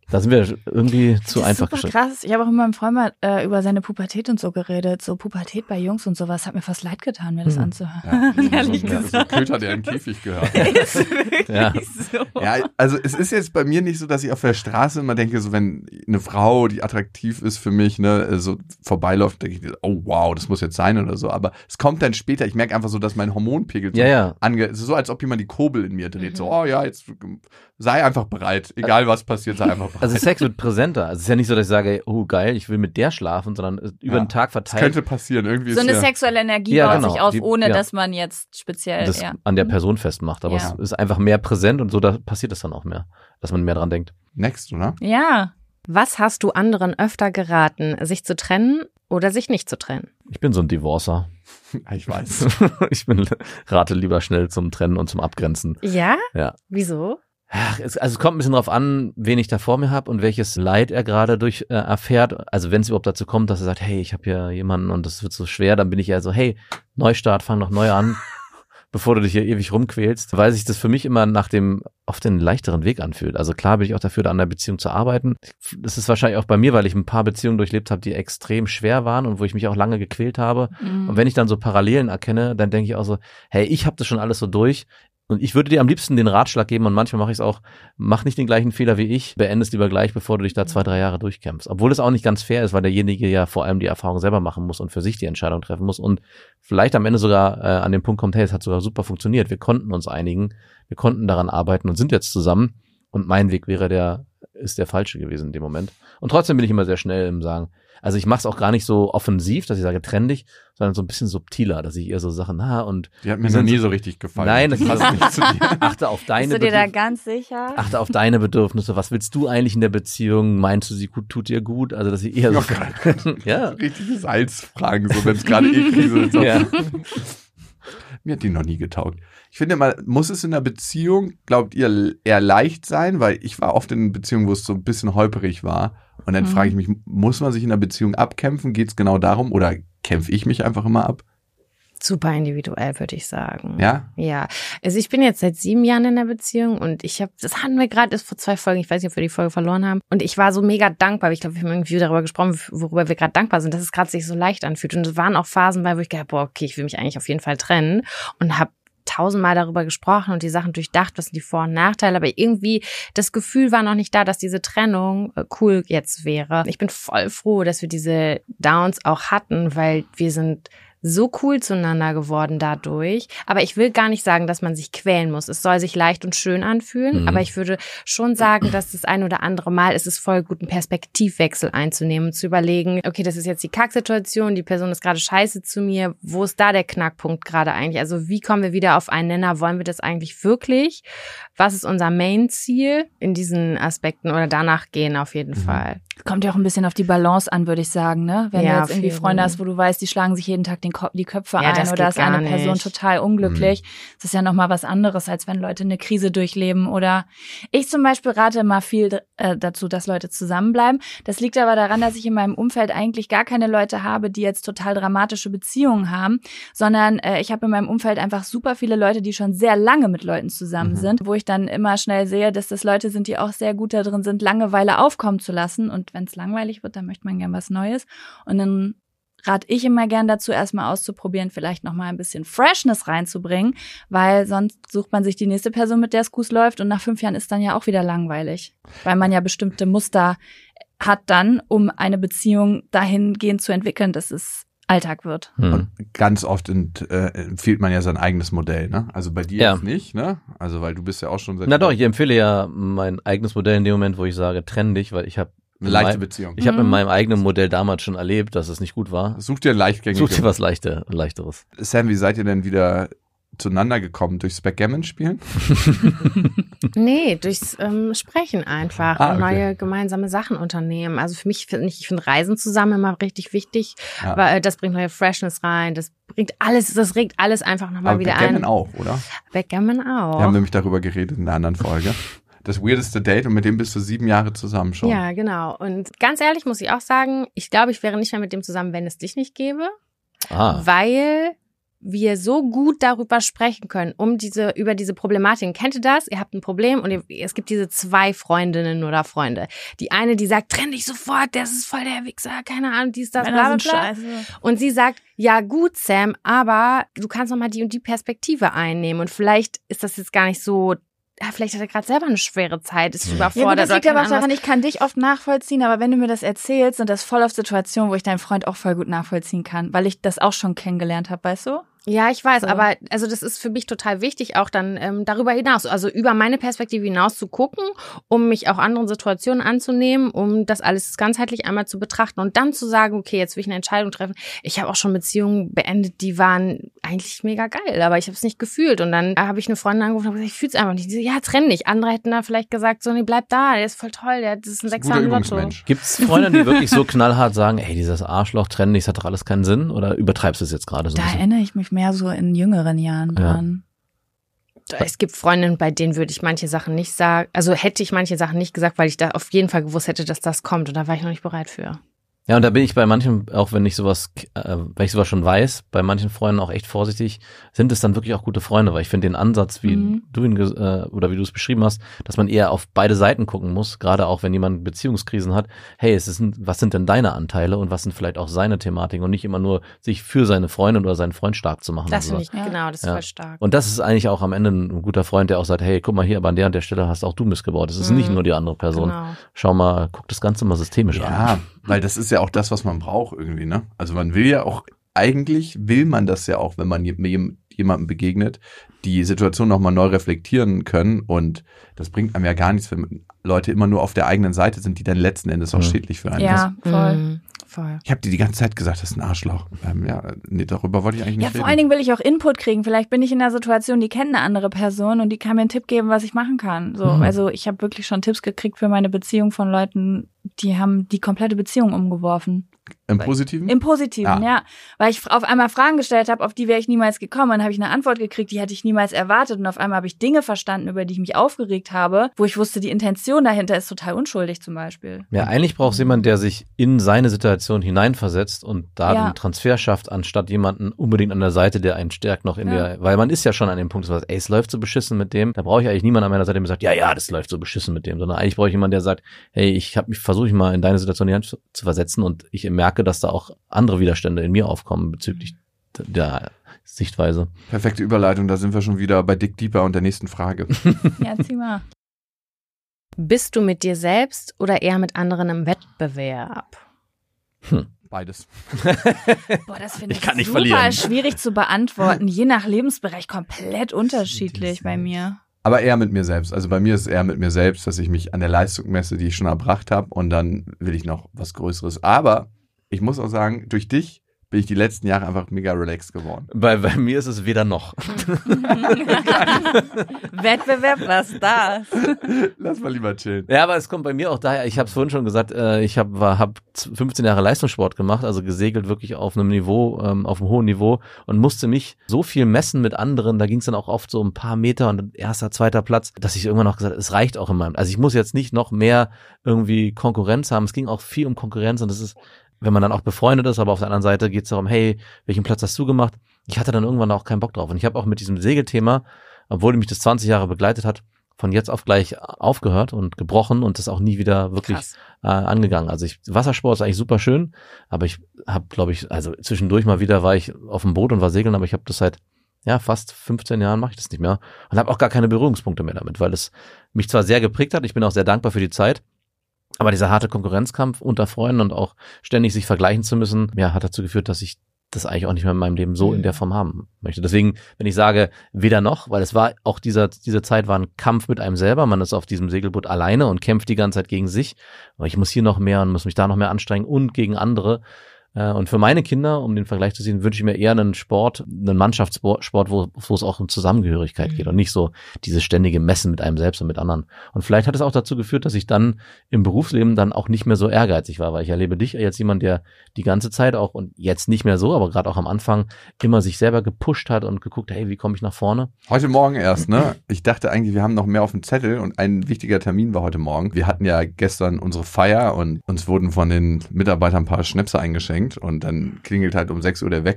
Da sind wir irgendwie zu das einfach ist super gestellt. krass. Ich habe auch mit meinem Freund mal äh, über seine Pubertät und so geredet. So Pubertät bei Jungs und sowas. Hat mir fast leid getan, mir das Hm. anzuhören. Ja, Ehrlich so, gesagt. so ein Köter, der in den Käfig gehört. Ist wirklich Ja. so. Ja, also es ist jetzt bei mir nicht so, dass ich auf der Straße immer denke, so wenn eine Frau, die attraktiv ist für mich, ne, so vorbeiläuft, denke ich, oh wow, das muss jetzt sein oder so. Aber es kommt dann später, ich merke einfach so, dass mein Hormonpegel so Ja, ja. ange... Es ist so, als ob jemand die Kurbel in mir dreht. Mhm. So, oh ja, jetzt sei einfach bereit. Egal was passiert, sei einfach bereit. Also Sex wird präsenter. Also es ist ja nicht so, dass ich sage, oh geil, ich will mit der schlafen, sondern über Ja. den Tag Das verteilt. könnte passieren. Irgendwie So ist eine ja, sexuelle Energie Ja, baut genau. sich auf, Die- ohne ja. dass man jetzt speziell, das ja. an der Person festmacht. Aber Ja. es ist einfach mehr präsent und so, da passiert es dann auch mehr, dass man mehr dran denkt. next, oder? Ja. Was hast du anderen öfter geraten, sich zu trennen oder sich nicht zu trennen? Ich bin so ein Divorcer. Ich weiß. Ich bin, rate lieber schnell zum Trennen und zum Abgrenzen. Ja? Ja. Wieso? Ach, es, also es kommt ein bisschen drauf an, wen ich da vor mir habe und welches Leid er gerade durch äh, erfährt. Also wenn es überhaupt dazu kommt, dass er sagt, hey, ich habe hier jemanden und das wird so schwer, dann bin ich ja so, hey, Neustart, fang noch neu an, bevor du dich hier ewig rumquälst, weil sich das für mich immer nach dem auf den leichteren Weg anfühlt. Also klar bin ich auch dafür, da an der Beziehung zu arbeiten. Das ist wahrscheinlich auch bei mir, weil ich ein paar Beziehungen durchlebt habe, die extrem schwer waren und wo ich mich auch lange gequält habe. Mhm. Und wenn ich dann so Parallelen erkenne, dann denke ich auch so, hey, ich habe das schon alles so durch. Und ich würde dir am liebsten den Ratschlag geben, und manchmal mache ich es auch, mach nicht den gleichen Fehler wie ich, beende es lieber gleich, bevor du dich da zwei, drei Jahre durchkämpfst. Obwohl es auch nicht ganz fair ist, weil derjenige ja vor allem die Erfahrung selber machen muss und für sich die Entscheidung treffen muss und vielleicht am Ende sogar äh, an den Punkt kommt, hey, es hat sogar super funktioniert, wir konnten uns einigen, wir konnten daran arbeiten und sind jetzt zusammen und mein Weg wäre der, ist der falsche gewesen in dem Moment. Und trotzdem bin ich immer sehr schnell im Sagen, also ich mache es auch gar nicht so offensiv, dass ich sage, trenn dich, sondern so ein bisschen subtiler, dass ich eher so Sachen, na und Die hat mir die noch sind nie so- so richtig gefallen. Nein, das das passt ist- nicht zu dir. achte auf deine Bist du dir da Bedürf- ganz sicher? Achte auf deine Bedürfnisse. Was willst du eigentlich in der Beziehung? Meinst du, sie gut, tut dir gut? Also, dass sie eher so. Oh ja. Richtige Salzfragen, so wenn es gerade eh Krise ist. So. Ja. Mir hat die noch nie getaugt. Ich finde mal, muss es in einer Beziehung, glaubt ihr, eher leicht sein? Weil ich war oft in Beziehungen, wo es so ein bisschen holperig war. Und dann Mhm. frage ich mich, muss man sich in einer Beziehung abkämpfen? Geht es genau darum? Oder kämpfe ich mich einfach immer ab? Super individuell, würde ich sagen. Ja? Ja, also ich bin jetzt seit sieben Jahren in der Beziehung und ich habe, das hatten wir gerade erst vor zwei Folgen, ich weiß nicht, ob wir die Folge verloren haben. Und ich war so mega dankbar, weil ich glaube, wir haben irgendwie darüber gesprochen, worüber wir gerade dankbar sind, dass es gerade sich so leicht anfühlt. Und es waren auch Phasen bei, wo ich gedacht, boah, okay, ich will mich eigentlich auf jeden Fall trennen und habe tausendmal darüber gesprochen und die Sachen durchdacht, was sind die Vor- und Nachteile, aber irgendwie das Gefühl war noch nicht da, dass diese Trennung äh, cool jetzt wäre. Ich bin voll froh, dass wir diese Downs auch hatten, weil wir sind so cool zueinander geworden dadurch. Aber ich will gar nicht sagen, dass man sich quälen muss. Es soll sich leicht und schön anfühlen. Mhm. Aber ich würde schon sagen, dass das ein oder andere Mal ist es voll gut, einen Perspektivwechsel einzunehmen und zu überlegen, okay, das ist jetzt die Kacksituation, die Person ist gerade scheiße zu mir. Wo ist da der Knackpunkt gerade eigentlich? Also wie kommen wir wieder auf einen Nenner? Wollen wir das eigentlich wirklich? Was ist unser Main-Ziel in diesen Aspekten oder danach gehen auf jeden Mhm. Fall? Kommt ja auch ein bisschen auf die Balance an, würde ich sagen, ne? Wenn Ja, du jetzt irgendwie viel. Freunde hast, wo du weißt, die schlagen sich jeden Tag den Kopf, die Köpfe Ja, ein das oder geht ist eine gar Person nicht. total unglücklich. Das ist ja nochmal was anderes, als wenn Leute eine Krise durchleben oder ich zum Beispiel rate immer viel äh, dazu, dass Leute zusammenbleiben. Das liegt aber daran, dass ich in meinem Umfeld eigentlich gar keine Leute habe, die jetzt total dramatische Beziehungen haben, sondern äh, ich habe in meinem Umfeld einfach super viele Leute, die schon sehr lange mit Leuten zusammen Mhm. sind, wo ich dann immer schnell sehe, dass das Leute sind, die auch sehr gut da drin sind, Langeweile aufkommen zu lassen. Und wenn es langweilig wird, dann möchte man gern was Neues. Und dann rate ich immer gern dazu, erstmal auszuprobieren, vielleicht nochmal ein bisschen Freshness reinzubringen, weil sonst sucht man sich die nächste Person, mit der es gut läuft und nach fünf Jahren ist dann ja auch wieder langweilig, weil man ja bestimmte Muster hat dann, um eine Beziehung dahingehend zu entwickeln, dass es Alltag wird. Hm. Und ganz oft ent, äh, empfiehlt man ja sein eigenes Modell, ne? Also bei dir Ja. jetzt nicht, ne? Also weil du bist ja auch schon seit Na doch, ich empfehle ja mein eigenes Modell in dem Moment, wo ich sage, trenn dich, weil ich habe eine leichte Beziehung. ich habe in Mhm. meinem eigenen Modell damals schon erlebt, dass es nicht gut war. Such dir ein Such leichtgängiges. dir was leichter, leichteres. Sam, wie seid ihr denn wieder zueinander gekommen? Durchs Backgammon spielen? Nee, durchs ähm, Sprechen einfach Ah, und okay. neue gemeinsame Sachen unternehmen. Also für mich finde ich, ich finde Reisen zusammen immer richtig wichtig, Ja. weil äh, das bringt neue Freshness rein, das bringt alles, das regt alles einfach nochmal Aber wieder Backgammon ein. auch, oder? Backgammon auch. Wir haben nämlich darüber geredet in einer anderen Folge. Das weirdeste Date und mit dem bist du sieben Jahre zusammen schon. Ja, genau. Und ganz ehrlich muss ich auch sagen, ich glaube, ich wäre nicht mehr mit dem zusammen, wenn es dich nicht gäbe, Ah, weil wir so gut darüber sprechen können, um diese, über diese Problematik. Kennt ihr das? Ihr habt ein Problem und ihr, es gibt diese zwei Freundinnen oder Freunde. Die eine, die sagt, trenn dich sofort, das ist voll der Wichser, keine Ahnung, dies, das, bla, bla, bla. Und sie sagt, ja gut, Sam, aber du kannst noch mal die und die Perspektive einnehmen und vielleicht ist das jetzt gar nicht so, ja, vielleicht hat er gerade selber eine schwere Zeit, ist überfordert. Ja, gut, das liegt aber auch daran, daran, ich kann dich oft nachvollziehen, aber wenn du mir das erzählst, sind das voll auf Situationen, wo ich deinen Freund auch voll gut nachvollziehen kann, weil ich das auch schon kennengelernt habe, weißt du? Ja, ich weiß, so. aber also das ist für mich total wichtig, auch dann ähm, darüber hinaus, also über meine Perspektive hinaus zu gucken, um mich auch anderen Situationen anzunehmen, um das alles ganzheitlich einmal zu betrachten und dann zu sagen, okay, jetzt will ich eine Entscheidung treffen. Ich habe auch schon Beziehungen beendet, die waren eigentlich mega geil, aber ich habe es nicht gefühlt und dann habe ich eine Freundin angerufen und gesagt, ich fühle es einfach nicht. Die so, ja, trenn dich. Andere hätten da vielleicht gesagt, so, nee, bleib da, der ist voll toll, der das ist ein Sechser im Lotto. Gibt's Freunde, die wirklich so knallhart sagen, ey, dieses Arschloch, trenn dich, das hat doch alles keinen Sinn? Oder übertreibst du es jetzt gerade so Da ein bisschen? erinnere ich mich mehr so in jüngeren Jahren dran. Ja. Es gibt Freundinnen, bei denen würde ich manche Sachen nicht sagen, also hätte ich manche Sachen nicht gesagt, weil ich da auf jeden Fall gewusst hätte, dass das kommt und da war ich noch nicht bereit für. Ja, und da bin ich bei manchen, auch wenn ich sowas, äh, weil ich sowas schon weiß, bei manchen Freunden auch echt vorsichtig, sind es dann wirklich auch gute Freunde, weil ich finde den Ansatz, wie Mhm. du ihn ge- äh, oder wie du es beschrieben hast, dass man eher auf beide Seiten gucken muss, gerade auch wenn jemand Beziehungskrisen hat. Hey, es ist ein, was sind denn deine Anteile und was sind vielleicht auch seine Thematiken und nicht immer nur sich für seine Freundin oder seinen Freund stark zu machen. Das und finde sowas. ich, Ja. genau, das ist Ja. voll stark. Und das ist eigentlich auch am Ende ein guter Freund, der auch sagt, hey, guck mal hier, aber an der und der Stelle hast auch du missgebaut. Es ist Mhm. nicht nur die andere Person. Genau. Schau mal, guck das Ganze mal systemisch an. Ja, weil das ist ja auch das, was man braucht irgendwie, ne? Also man will ja auch, eigentlich will man das ja auch, wenn man jem- jemandem begegnet, die Situation nochmal neu reflektieren können und das bringt einem ja gar nichts, wenn Leute immer nur auf der eigenen Seite sind, die dann letzten Endes auch Mhm. schädlich für einen Ja, ist. voll. Mhm. Voll. Ich habe dir die ganze Zeit gesagt, das ist ein Arschloch. Ähm, ja, nee, darüber wollte ich eigentlich Ja, nicht vor reden. allen Dingen will ich auch Input kriegen. Vielleicht bin ich in einer Situation, die kennt eine andere Person und die kann mir einen Tipp geben, was ich machen kann. So, Mhm. also ich habe wirklich schon Tipps gekriegt für meine Beziehung von Leuten, die haben die komplette Beziehung umgeworfen. Im Positiven? Im Positiven, Ah. ja. Weil ich auf einmal Fragen gestellt habe, auf die wäre ich niemals gekommen. Dann habe ich eine Antwort gekriegt, die hätte ich niemals erwartet. Und auf einmal habe ich Dinge verstanden, über die ich mich aufgeregt habe, wo ich wusste, die Intention dahinter ist total unschuldig zum Beispiel. Ja, eigentlich braucht es jemanden, der sich in seine Situation hineinversetzt und da Ja. einen Transfer schafft, anstatt jemanden unbedingt an der Seite, der einen stärkt noch in Ja. der, weil man ist ja schon an dem Punkt, so was, ey, es läuft so beschissen mit dem, da brauche ich eigentlich niemanden an meiner Seite, der mir sagt, ja, ja, das läuft so beschissen mit dem, sondern eigentlich brauche ich jemanden, der sagt, hey, ich habe mich, versuche ich mal in deine Situation hinein zu zu versetzen und ich merke, dass da auch andere Widerstände in mir aufkommen bezüglich der Sichtweise. Perfekte Überleitung, da sind wir schon wieder bei Dick Deeper und der nächsten Frage. Ja, zieh mal. Bist du mit dir selbst oder eher mit anderen im Wettbewerb? Beides. Boah, das finde Ich ich, kann nicht super verlieren. schwierig zu beantworten. Je nach Lebensbereich komplett unterschiedlich bei mir. Aber eher mit mir selbst. Also bei mir ist es eher mit mir selbst, dass ich mich an der Leistung messe, die ich schon erbracht habe und dann will ich noch was Größeres. Aber ich muss auch sagen, durch dich bin ich die letzten Jahre einfach mega relaxed geworden. Bei, bei mir ist es weder noch. Wettbewerb, was das? Lass mal lieber chillen. Ja, aber es kommt bei mir auch daher, ich habe es vorhin schon gesagt, äh, ich habe hab fünfzehn Jahre Leistungssport gemacht, also gesegelt wirklich auf einem Niveau, ähm, auf einem hohen Niveau und musste mich so viel messen mit anderen, da ging es dann auch oft so ein paar Meter und erster, zweiter Platz, dass ich irgendwann noch gesagt habe, es reicht auch in meinem, also ich muss jetzt nicht noch mehr irgendwie Konkurrenz haben, es ging auch viel um Konkurrenz und das ist, wenn man dann auch befreundet ist, aber auf der anderen Seite geht es darum, hey, welchen Platz hast du gemacht? Ich hatte dann irgendwann auch keinen Bock drauf und ich habe auch mit diesem Segelthema, obwohl mich das zwanzig Jahre begleitet hat, von jetzt auf gleich aufgehört und gebrochen und das auch nie wieder wirklich äh, angegangen. Also ich, Wassersport ist eigentlich super schön, aber ich habe, glaube ich, also zwischendurch mal wieder war ich auf dem Boot und war segeln, aber ich habe das seit ja fast fünfzehn Jahren mache ich das nicht mehr und habe auch gar keine Berührungspunkte mehr damit, weil es mich zwar sehr geprägt hat, ich bin auch sehr dankbar für die Zeit, aber dieser harte Konkurrenzkampf unter Freunden und auch ständig sich vergleichen zu müssen, ja, hat dazu geführt, dass ich das eigentlich auch nicht mehr in meinem Leben so in der Form haben möchte. Deswegen, wenn ich sage, weder noch, weil es war auch dieser, diese Zeit war ein Kampf mit einem selber. Man ist auf diesem Segelboot alleine und kämpft die ganze Zeit gegen sich. Aber ich muss hier noch mehr und muss mich da noch mehr anstrengen und gegen andere. Und für meine Kinder, um den Vergleich zu sehen, wünsche ich mir eher einen Sport, einen Mannschaftssport, wo, wo es auch um Zusammengehörigkeit geht und nicht so dieses ständige Messen mit einem selbst und mit anderen. Und vielleicht hat es auch dazu geführt, dass ich dann im Berufsleben dann auch nicht mehr so ehrgeizig war, weil ich erlebe dich als jemand, der die ganze Zeit auch und jetzt nicht mehr so, aber gerade auch am Anfang immer sich selber gepusht hat und geguckt, hey, wie komme ich nach vorne? Heute Morgen erst, ne? Ich dachte eigentlich, wir haben noch mehr auf dem Zettel und ein wichtiger Termin war heute Morgen. Wir hatten ja gestern unsere Feier und uns wurden von den Mitarbeitern ein paar Schnäpse eingeschenkt und dann klingelt halt um sechs Uhr der Wecker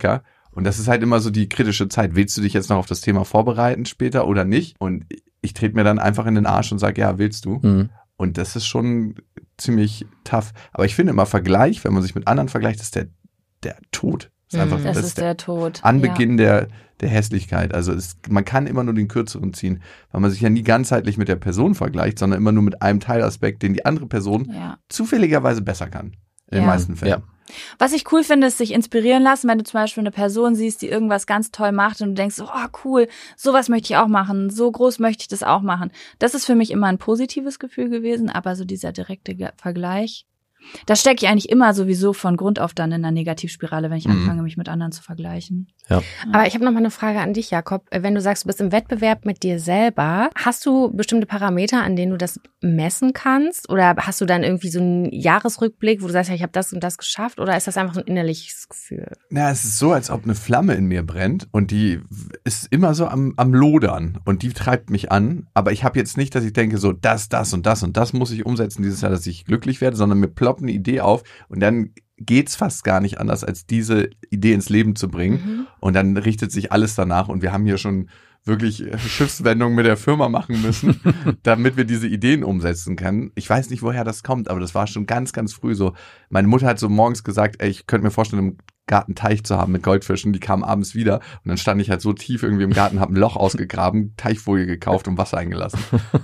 Und das ist halt immer so die kritische Zeit. Willst du dich jetzt noch auf das Thema vorbereiten später oder nicht? Und ich trete mir dann einfach in den Arsch und sage, ja, willst du? Mhm. Und das ist schon ziemlich tough. Aber ich finde immer Vergleich, wenn man sich mit anderen vergleicht, ist der, der Tod. Ist einfach, Das, das ist der Tod. Anbeginn der, der Hässlichkeit. Also es, man kann immer nur den Kürzeren ziehen, weil man sich ja nie ganzheitlich mit der Person vergleicht, sondern immer nur mit einem Teilaspekt, den die andere Person Ja. zufälligerweise besser kann. In den Ja. meisten Fällen. Ja. Was ich cool finde, ist sich inspirieren lassen, wenn du zum Beispiel eine Person siehst, die irgendwas ganz toll macht und du denkst, oh cool, sowas möchte ich auch machen, so groß möchte ich das auch machen. Das ist für mich immer ein positives Gefühl gewesen, aber so dieser direkte Ge- Vergleich, da stecke ich eigentlich immer sowieso von Grund auf dann in einer Negativspirale, wenn ich Mhm. anfange, mich mit anderen zu vergleichen. Ja. Aber ich habe noch mal eine Frage an dich, Jakob. Wenn du sagst, du bist im Wettbewerb mit dir selber, hast du bestimmte Parameter, an denen du das messen kannst? Oder hast du dann irgendwie so einen Jahresrückblick, wo du sagst, ja, ich habe das und das geschafft? Oder ist das einfach so ein innerliches Gefühl? Na, es ist so, als ob eine Flamme in mir brennt und die ist immer so am, am Lodern und die treibt mich an. Aber ich habe jetzt nicht, dass ich denke, so das, das und das und das muss ich umsetzen dieses Jahr, dass ich glücklich werde, sondern mir ploppt eine Idee auf und dann geht's fast gar nicht anders, als diese Idee ins Leben zu bringen. Mhm. Und dann richtet sich alles danach und wir haben hier schon wirklich Schiffswendungen mit der Firma machen müssen, damit wir diese Ideen umsetzen können. Ich weiß nicht, woher das kommt, aber das war schon ganz, ganz früh so. Meine Mutter hat so morgens gesagt, ey, ich könnte mir vorstellen, im Garten Teich zu haben mit Goldfischen. Die kamen abends wieder und dann stand ich halt so tief irgendwie im Garten, habe ein Loch ausgegraben, Teichfolie gekauft und Wasser eingelassen.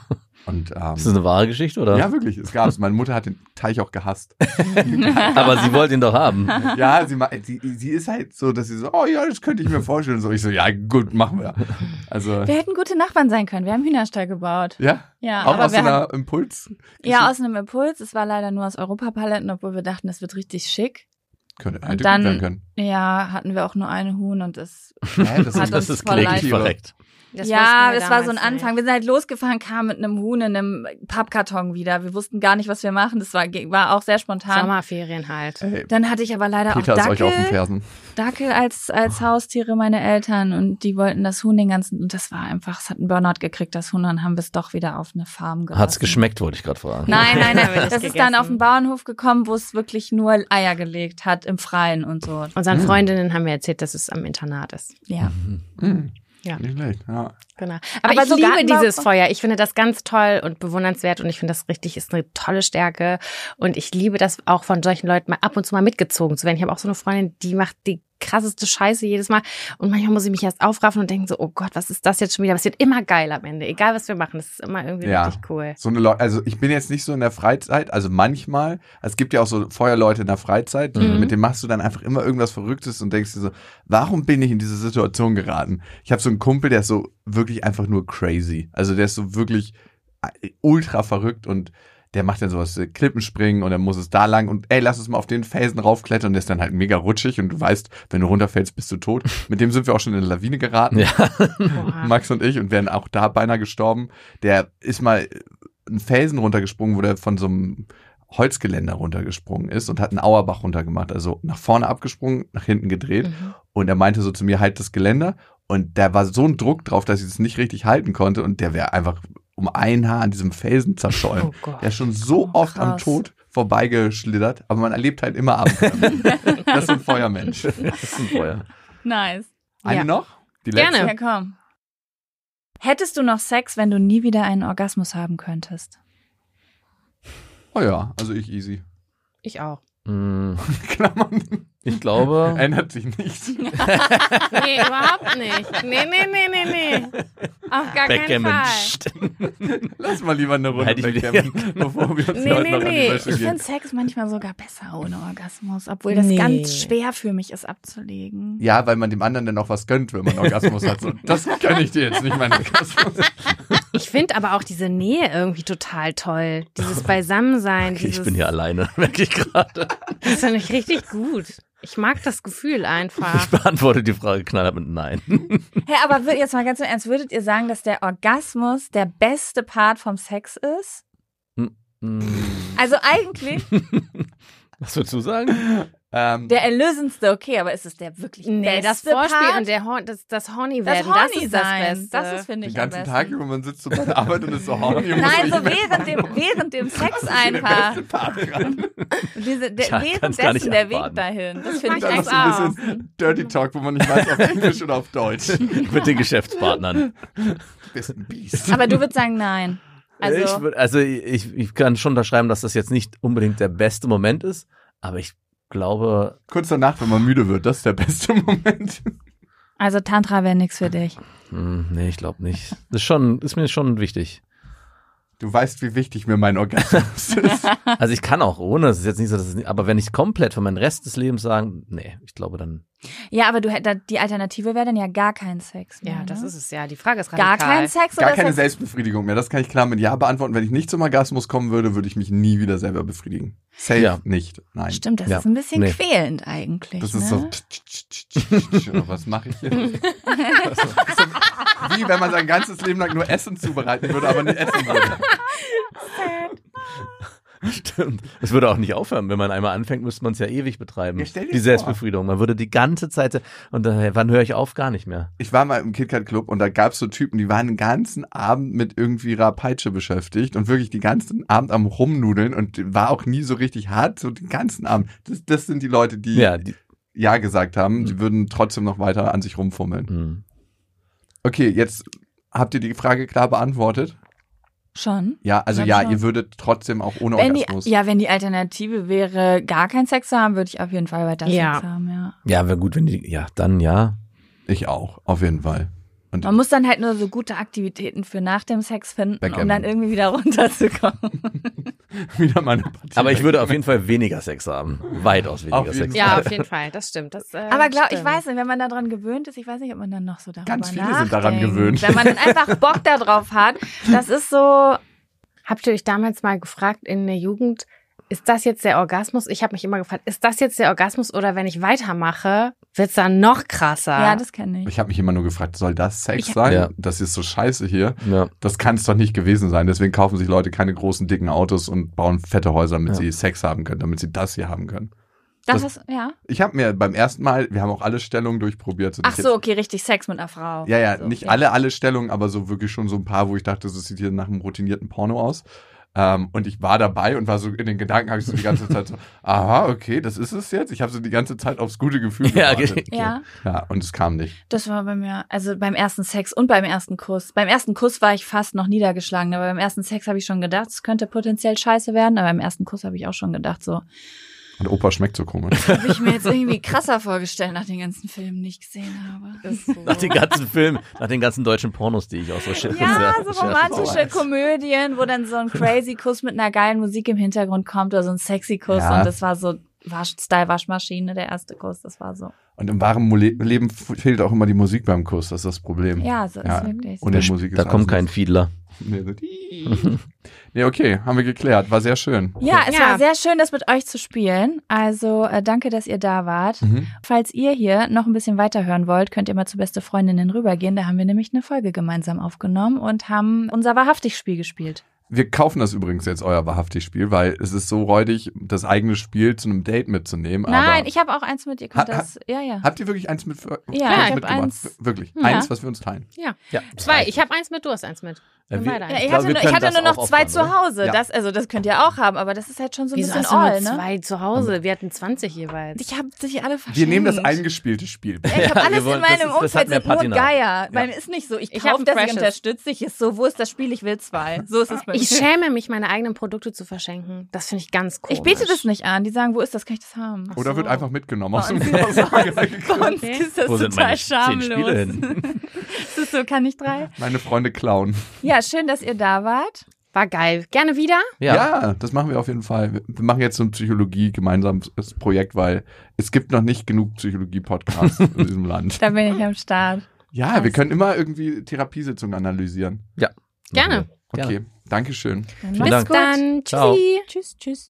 Und, ähm, Ist das eine wahre Geschichte, oder? ja, wirklich, es gab's. Meine Mutter hat den Teich auch gehasst. Aber sie wollte ihn doch haben. Ja, sie, ma- sie, sie ist halt so, dass sie so, oh ja, das könnte ich mir vorstellen. So, ich so, ja, gut, machen wir. Also, Wir hätten gute Nachbarn sein können. Wir haben Hühnerstall gebaut. ja, Ja, auch aber aus so wir haben, einer Impuls. ja, aus einem Impuls. Es war leider nur aus Europapaletten, obwohl wir dachten, das wird richtig schick. Könnte, Und hätte dann- gut werden können. Ja, hatten wir auch nur eine Huhn und das Hä, das hat ist, uns Das ist voll kläglich leid. verreckt. Das ja, wussten wir das war so ein damals nicht. Anfang. Wir sind halt losgefahren, kamen mit einem Huhn in einem Pappkarton wieder. Wir wussten gar nicht, was wir machen. Das war, war auch sehr spontan. Sommerferien halt. ey, Dann hatte ich aber leider Peter auch ist euch auf den Dackel, Fersen. Dackel als, als Haustiere, meine Eltern. Und die wollten das Huhn den ganzen, und das war einfach, es hat einen Burnout gekriegt, das Huhn. Dann haben wir es doch wieder auf eine Farm gelassen. Hat's geschmeckt, wollte ich gerade fragen. Nein, nein, Haben wir nein. das Das ist dann gegessen? auf den Bauernhof gekommen, wo es wirklich nur Eier gelegt hat im Freien und so. Unseren Mhm. Freundinnen haben wir erzählt, dass es am Internat ist. Ja. Hm. Ja. Nicht schlecht, ja. Genau. Aber, Aber ich so liebe Gartenbau- dieses Feuer. Ich finde das ganz toll und bewundernswert und ich finde das richtig, ist eine tolle Stärke. Und ich liebe das auch von solchen Leuten mal ab und zu mal mitgezogen zu werden. Ich habe auch so eine Freundin, die macht die krasseste Scheiße jedes Mal. Und manchmal muss ich mich erst aufraffen und denken so, oh Gott, was ist das jetzt schon wieder? Aber es wird immer geil am Ende. Egal, was wir machen. Das ist immer irgendwie Ja. richtig cool. So eine Leute, also ich bin jetzt nicht so in der Freizeit, also manchmal, es gibt ja auch so Feuerleute in der Freizeit, Mhm. mit denen machst du dann einfach immer irgendwas Verrücktes und denkst dir so, warum bin ich in diese Situation geraten? Ich habe so einen Kumpel, der ist so wirklich einfach nur crazy. Also der ist so wirklich ultra verrückt und der macht dann sowas, äh, Klippenspringen und dann muss es da lang und ey, lass uns mal auf den Felsen raufklettern und der ist dann halt mega rutschig und du weißt, wenn du runterfällst, bist du tot. Mit dem sind wir auch schon in eine Lawine geraten. Ja. Boah. Max und ich und wären auch da beinahe gestorben. Der ist mal einen Felsen runtergesprungen, wo der von so einem Holzgeländer runtergesprungen ist und hat einen Auerbach runtergemacht. Also nach vorne abgesprungen, nach hinten gedreht. Mhm. Und er meinte so zu mir, halt das Geländer. Und da war so ein Druck drauf, dass ich es nicht richtig halten konnte. Und der wäre einfach um ein Haar an diesem Felsen zerschollen. Oh Gott. Der ist schon so Oh, oft am krass. Tod vorbeigeschlittert. Aber man erlebt halt immer Abenteuer. Das ist ein Feuermensch. Das ist ein Feuer. Nice. Eine Ja. noch? Die Gerne. letzte? Ja, komm. Hättest du noch Sex, wenn du nie wieder einen Orgasmus haben könntest? Oh ja, also ich easy. Ich auch. Mm, Klammern. Ich glaube, Ändert sich nichts. Nee, überhaupt nicht. Nee, nee, nee, nee, nee. Auf gar keinen Backgammon. Fall. Lass mal lieber eine Runde Hätte ich wieder- Backgammon, bevor wir uns Nee, heute nee, noch an die nee. Wäsche Ich gehen. finde Sex manchmal sogar besser ohne Orgasmus, obwohl das Nee. ganz schwer für mich ist abzulegen. Ja, weil man dem anderen dann auch was gönnt, wenn man Orgasmus hat. So, das kann ich dir jetzt nicht, mein Orgasmus. Ich finde aber auch diese Nähe irgendwie total toll. Dieses Beisammensein. okay, dieses, ich bin hier alleine, merke ich gerade. Das finde ich richtig gut. Ich mag das Gefühl einfach. Ich beantworte die Frage knallhart mit Nein. Hey, aber wür- jetzt mal ganz im Ernst, würdet ihr sagen, dass der Orgasmus der beste Part vom Sex ist? Mm. Also eigentlich, Was würdest du sagen? Ähm, Der erlösendste, okay, aber ist es der wirklich Nee, das beste Vorspiel Part? und der Hor das, das Horny das werden, das, Horny ist das sein. Beste. Das ist, finde den ich, am ganzen besten. Tag über, man sitzt so bei der Arbeit und ist so horny. und Nein, muss so während dem, während dem Sex einfach. Der Part dran. Diese, der, Ja, kann's währenddessen gar nicht der Weg abwarten. dahin. Das finde ich Dann noch echt so ein auch. bisschen Dirty Talk, wo man nicht weiß, auf Englisch oder auf Deutsch. Mit den Geschäftspartnern. Bist ein Biest. Aber du würdest sagen, nein. Also, ich, würd- also ich, ich kann schon unterschreiben, dass das jetzt nicht unbedingt der beste Moment ist, aber ich glaube, Kurz danach, wenn man müde wird, das ist der beste Moment. also Tantra wäre nichts für dich. hm, nee, ich glaube nicht. Das ist schon, ist mir schon wichtig. Du weißt, wie wichtig mir mein Orgasmus ist. Also ich kann auch ohne, es ist jetzt nicht so, dass es nicht, aber wenn ich komplett für meinen Rest des Lebens sagen, nee, ich glaube dann. Ja, aber du hätt- die Alternative wäre dann ja gar kein Sex mehr. Ja, das ne? ist es ja. Die Frage ist radikal. Gar kein Sex Gar oder keine Sex? Selbstbefriedigung mehr. Das kann ich klar mit Ja beantworten. Wenn ich nicht zum Orgasmus kommen würde, würde ich mich nie wieder selber befriedigen. Safe Ja. nicht. Nein. Stimmt, das Ja. ist ein bisschen Nee. quälend eigentlich. Das ne? ist so. Oh, was mache ich hier? Das ist so, wie wenn man sein ganzes Leben lang nur Essen zubereiten würde, aber nie essen würde. Stimmt. Es würde auch nicht aufhören. Wenn man einmal anfängt, müsste man es ja ewig betreiben. Ja, stell dir die vor. Selbstbefriedigung. Man würde die ganze Zeit, und dann, wann höre ich auf? Gar nicht mehr. Ich war mal im KitKat-Club und da gab es so Typen, die waren den ganzen Abend mit irgendwie ihrer Peitsche beschäftigt und wirklich den ganzen Abend am Rumnudeln und war auch nie so richtig hart, so den ganzen Abend. Das, das sind die Leute, die Ja, die, Ja gesagt haben. Mhm. Die würden trotzdem noch weiter an sich rumfummeln. mh. Okay, jetzt habt ihr die Frage klar beantwortet? Schon. Ja, also Ich ja, glaub schon. ihr würdet trotzdem auch ohne Wenn die, Orgasmus. ja, wenn die Alternative wäre, gar keinen Sex zu haben, würde ich auf jeden Fall weiter Ja. Sex haben, ja. Ja, wäre gut, wenn die, ja, dann ja. Ich auch, auf jeden Fall. Und Man muss dann halt nur so gute Aktivitäten für nach dem Sex finden, Backgammon. um dann irgendwie wieder runterzukommen. wieder meine Partie. Aber ich würde auf jeden Fall weniger Sex haben. Weitaus weniger Auf jeden Sex. Ja, auf jeden Fall. Das stimmt. Das, äh, Aber glaub, ich stimmt. weiß nicht, wenn man daran gewöhnt ist, ich weiß nicht, ob man dann noch so darüber Ganz viele nachdenkt. sind daran gewöhnt. Wenn man dann einfach Bock darauf hat, das ist so, Habt ihr euch damals mal gefragt in der Jugend, ist das jetzt der Orgasmus? Ich habe mich immer gefragt, ist das jetzt der Orgasmus oder wenn ich weitermache, wird's dann noch krasser? ja, das kenne ich. Ich habe mich immer nur gefragt, soll das Sex Ich- sein? Ja. Das ist so scheiße hier. Ja. Das kann es doch nicht gewesen sein. Deswegen kaufen sich Leute keine großen, dicken Autos und bauen fette Häuser, damit Ja. sie Sex haben können, damit sie das hier haben können. Das, das- ist, ja. Ich habe mir beim ersten Mal, wir haben auch alle Stellungen durchprobiert. So Ach nicht so, okay, richtig, Sex mit einer Frau. Ja, ja, so, nicht ja. alle, alle Stellungen, aber so wirklich schon so ein paar, wo ich dachte, das sieht hier nach einem routinierten Porno aus. Ähm, und ich war dabei und war so in den Gedanken, habe ich so die ganze Zeit so, aha, okay, das ist es jetzt. Ich habe so die ganze Zeit aufs gute Gefühl Ja, gewartet. okay. Ja, Ja, und es kam nicht. das war bei mir, also beim ersten Sex und beim ersten Kuss. Beim ersten Kuss war ich fast noch niedergeschlagen, aber beim ersten Sex habe ich schon gedacht, es könnte potenziell scheiße werden, aber beim ersten Kuss habe ich auch schon gedacht, so, Und Opa schmeckt so komisch. habe ich mir jetzt irgendwie krasser vorgestellt nach den ganzen Filmen, die ich gesehen habe. Ist so. Nach den ganzen Filmen, nach den ganzen deutschen Pornos, die ich auch so schätze. Ja, so romantische weiß. Komödien, wo dann so ein crazy Kuss mit einer geilen Musik im Hintergrund kommt oder so ein sexy Kuss Ja. und das war so Wasch, Style Waschmaschine, der erste Kuss, das war so. Und im wahren Mole- Leben fehlt auch immer die Musik beim Kuss, das ist das Problem. Ja, so ist wirklich so. Und die Musik ist Da kommt alles kein nicht- Fiedler. Nee, so die- nee, okay, haben wir geklärt. War sehr schön. Ja, es Ja. war sehr schön, das mit euch zu spielen. Also äh, danke, dass ihr da wart. Mhm. Falls ihr hier noch ein bisschen weiterhören wollt, könnt ihr mal zu Beste Freundinnen rübergehen. Da haben wir nämlich eine Folge gemeinsam aufgenommen und haben unser Wahrhaftig-Spiel gespielt. Wir kaufen das übrigens jetzt, euer Wahrhaftig-Spiel, weil es ist so räudig, das eigene Spiel zu einem Date mitzunehmen. Nein, aber ich habe auch eins mit. Ihr könnt Ha- ha- das. Ja, ja. Habt ihr wirklich eins mit? Ja, eins ich hab mitgebracht? eins. Wirklich, Ja. eins, was wir uns teilen. Ja. Ja, Zwei. Ich habe eins mit, du hast eins mit. Ja, Wir wir- beide Ja, eins. ich glaube, hatte, wir nur, ich können hatte das nur noch auch zwei aufbauen, zu oder? Hause. Ja. Das, also das könnt ihr auch haben, aber das ist halt schon so ein Wieso bisschen hast du nur all, ne? zwei zu Hause? Wir hatten zwanzig jeweils. Ich habe sich alle verschenkt. Wir nehmen das eingespielte Spiel. Ja, ich habe Ja, alles wir wollen- in meinem das ist- das hat Umfeld mehr sind nur Patina. Geier. Bei mir ist nicht so, ich Ich hab kaufe ein das, ich Precious. unterstütze dich. Ist so, wo ist das Spiel? Ich will zwei. So ist es bei mir. Ich schäme mich, meine eigenen Produkte zu verschenken. Das finde ich ganz komisch. Ich bete das nicht an. Die sagen, wo ist das? Kann ich das haben? Oder so. wird einfach mitgenommen aus Bei dem uns, bei uns, bei uns Okay. ist das Wo sind total meine zehn Spiele schamlos. hin? Das ist so, kann ich drei? Meine Freunde klauen. Ja, schön, dass ihr da wart. War geil. Gerne wieder? Ja. Ja. das machen wir auf jeden Fall. Wir- Wir machen jetzt so ein Psychologie gemeinsames Projekt, weil es gibt noch nicht genug Psychologie-Podcasts in diesem Land. Da bin ich am Start. Ja, wir können immer irgendwie Therapiesitzungen analysieren. Gerne. Okay, Gerne. Dankeschön. Dann Vielen macht's Dank. gut. Dann Ciao. tschüssi. Tschüss, tschüss.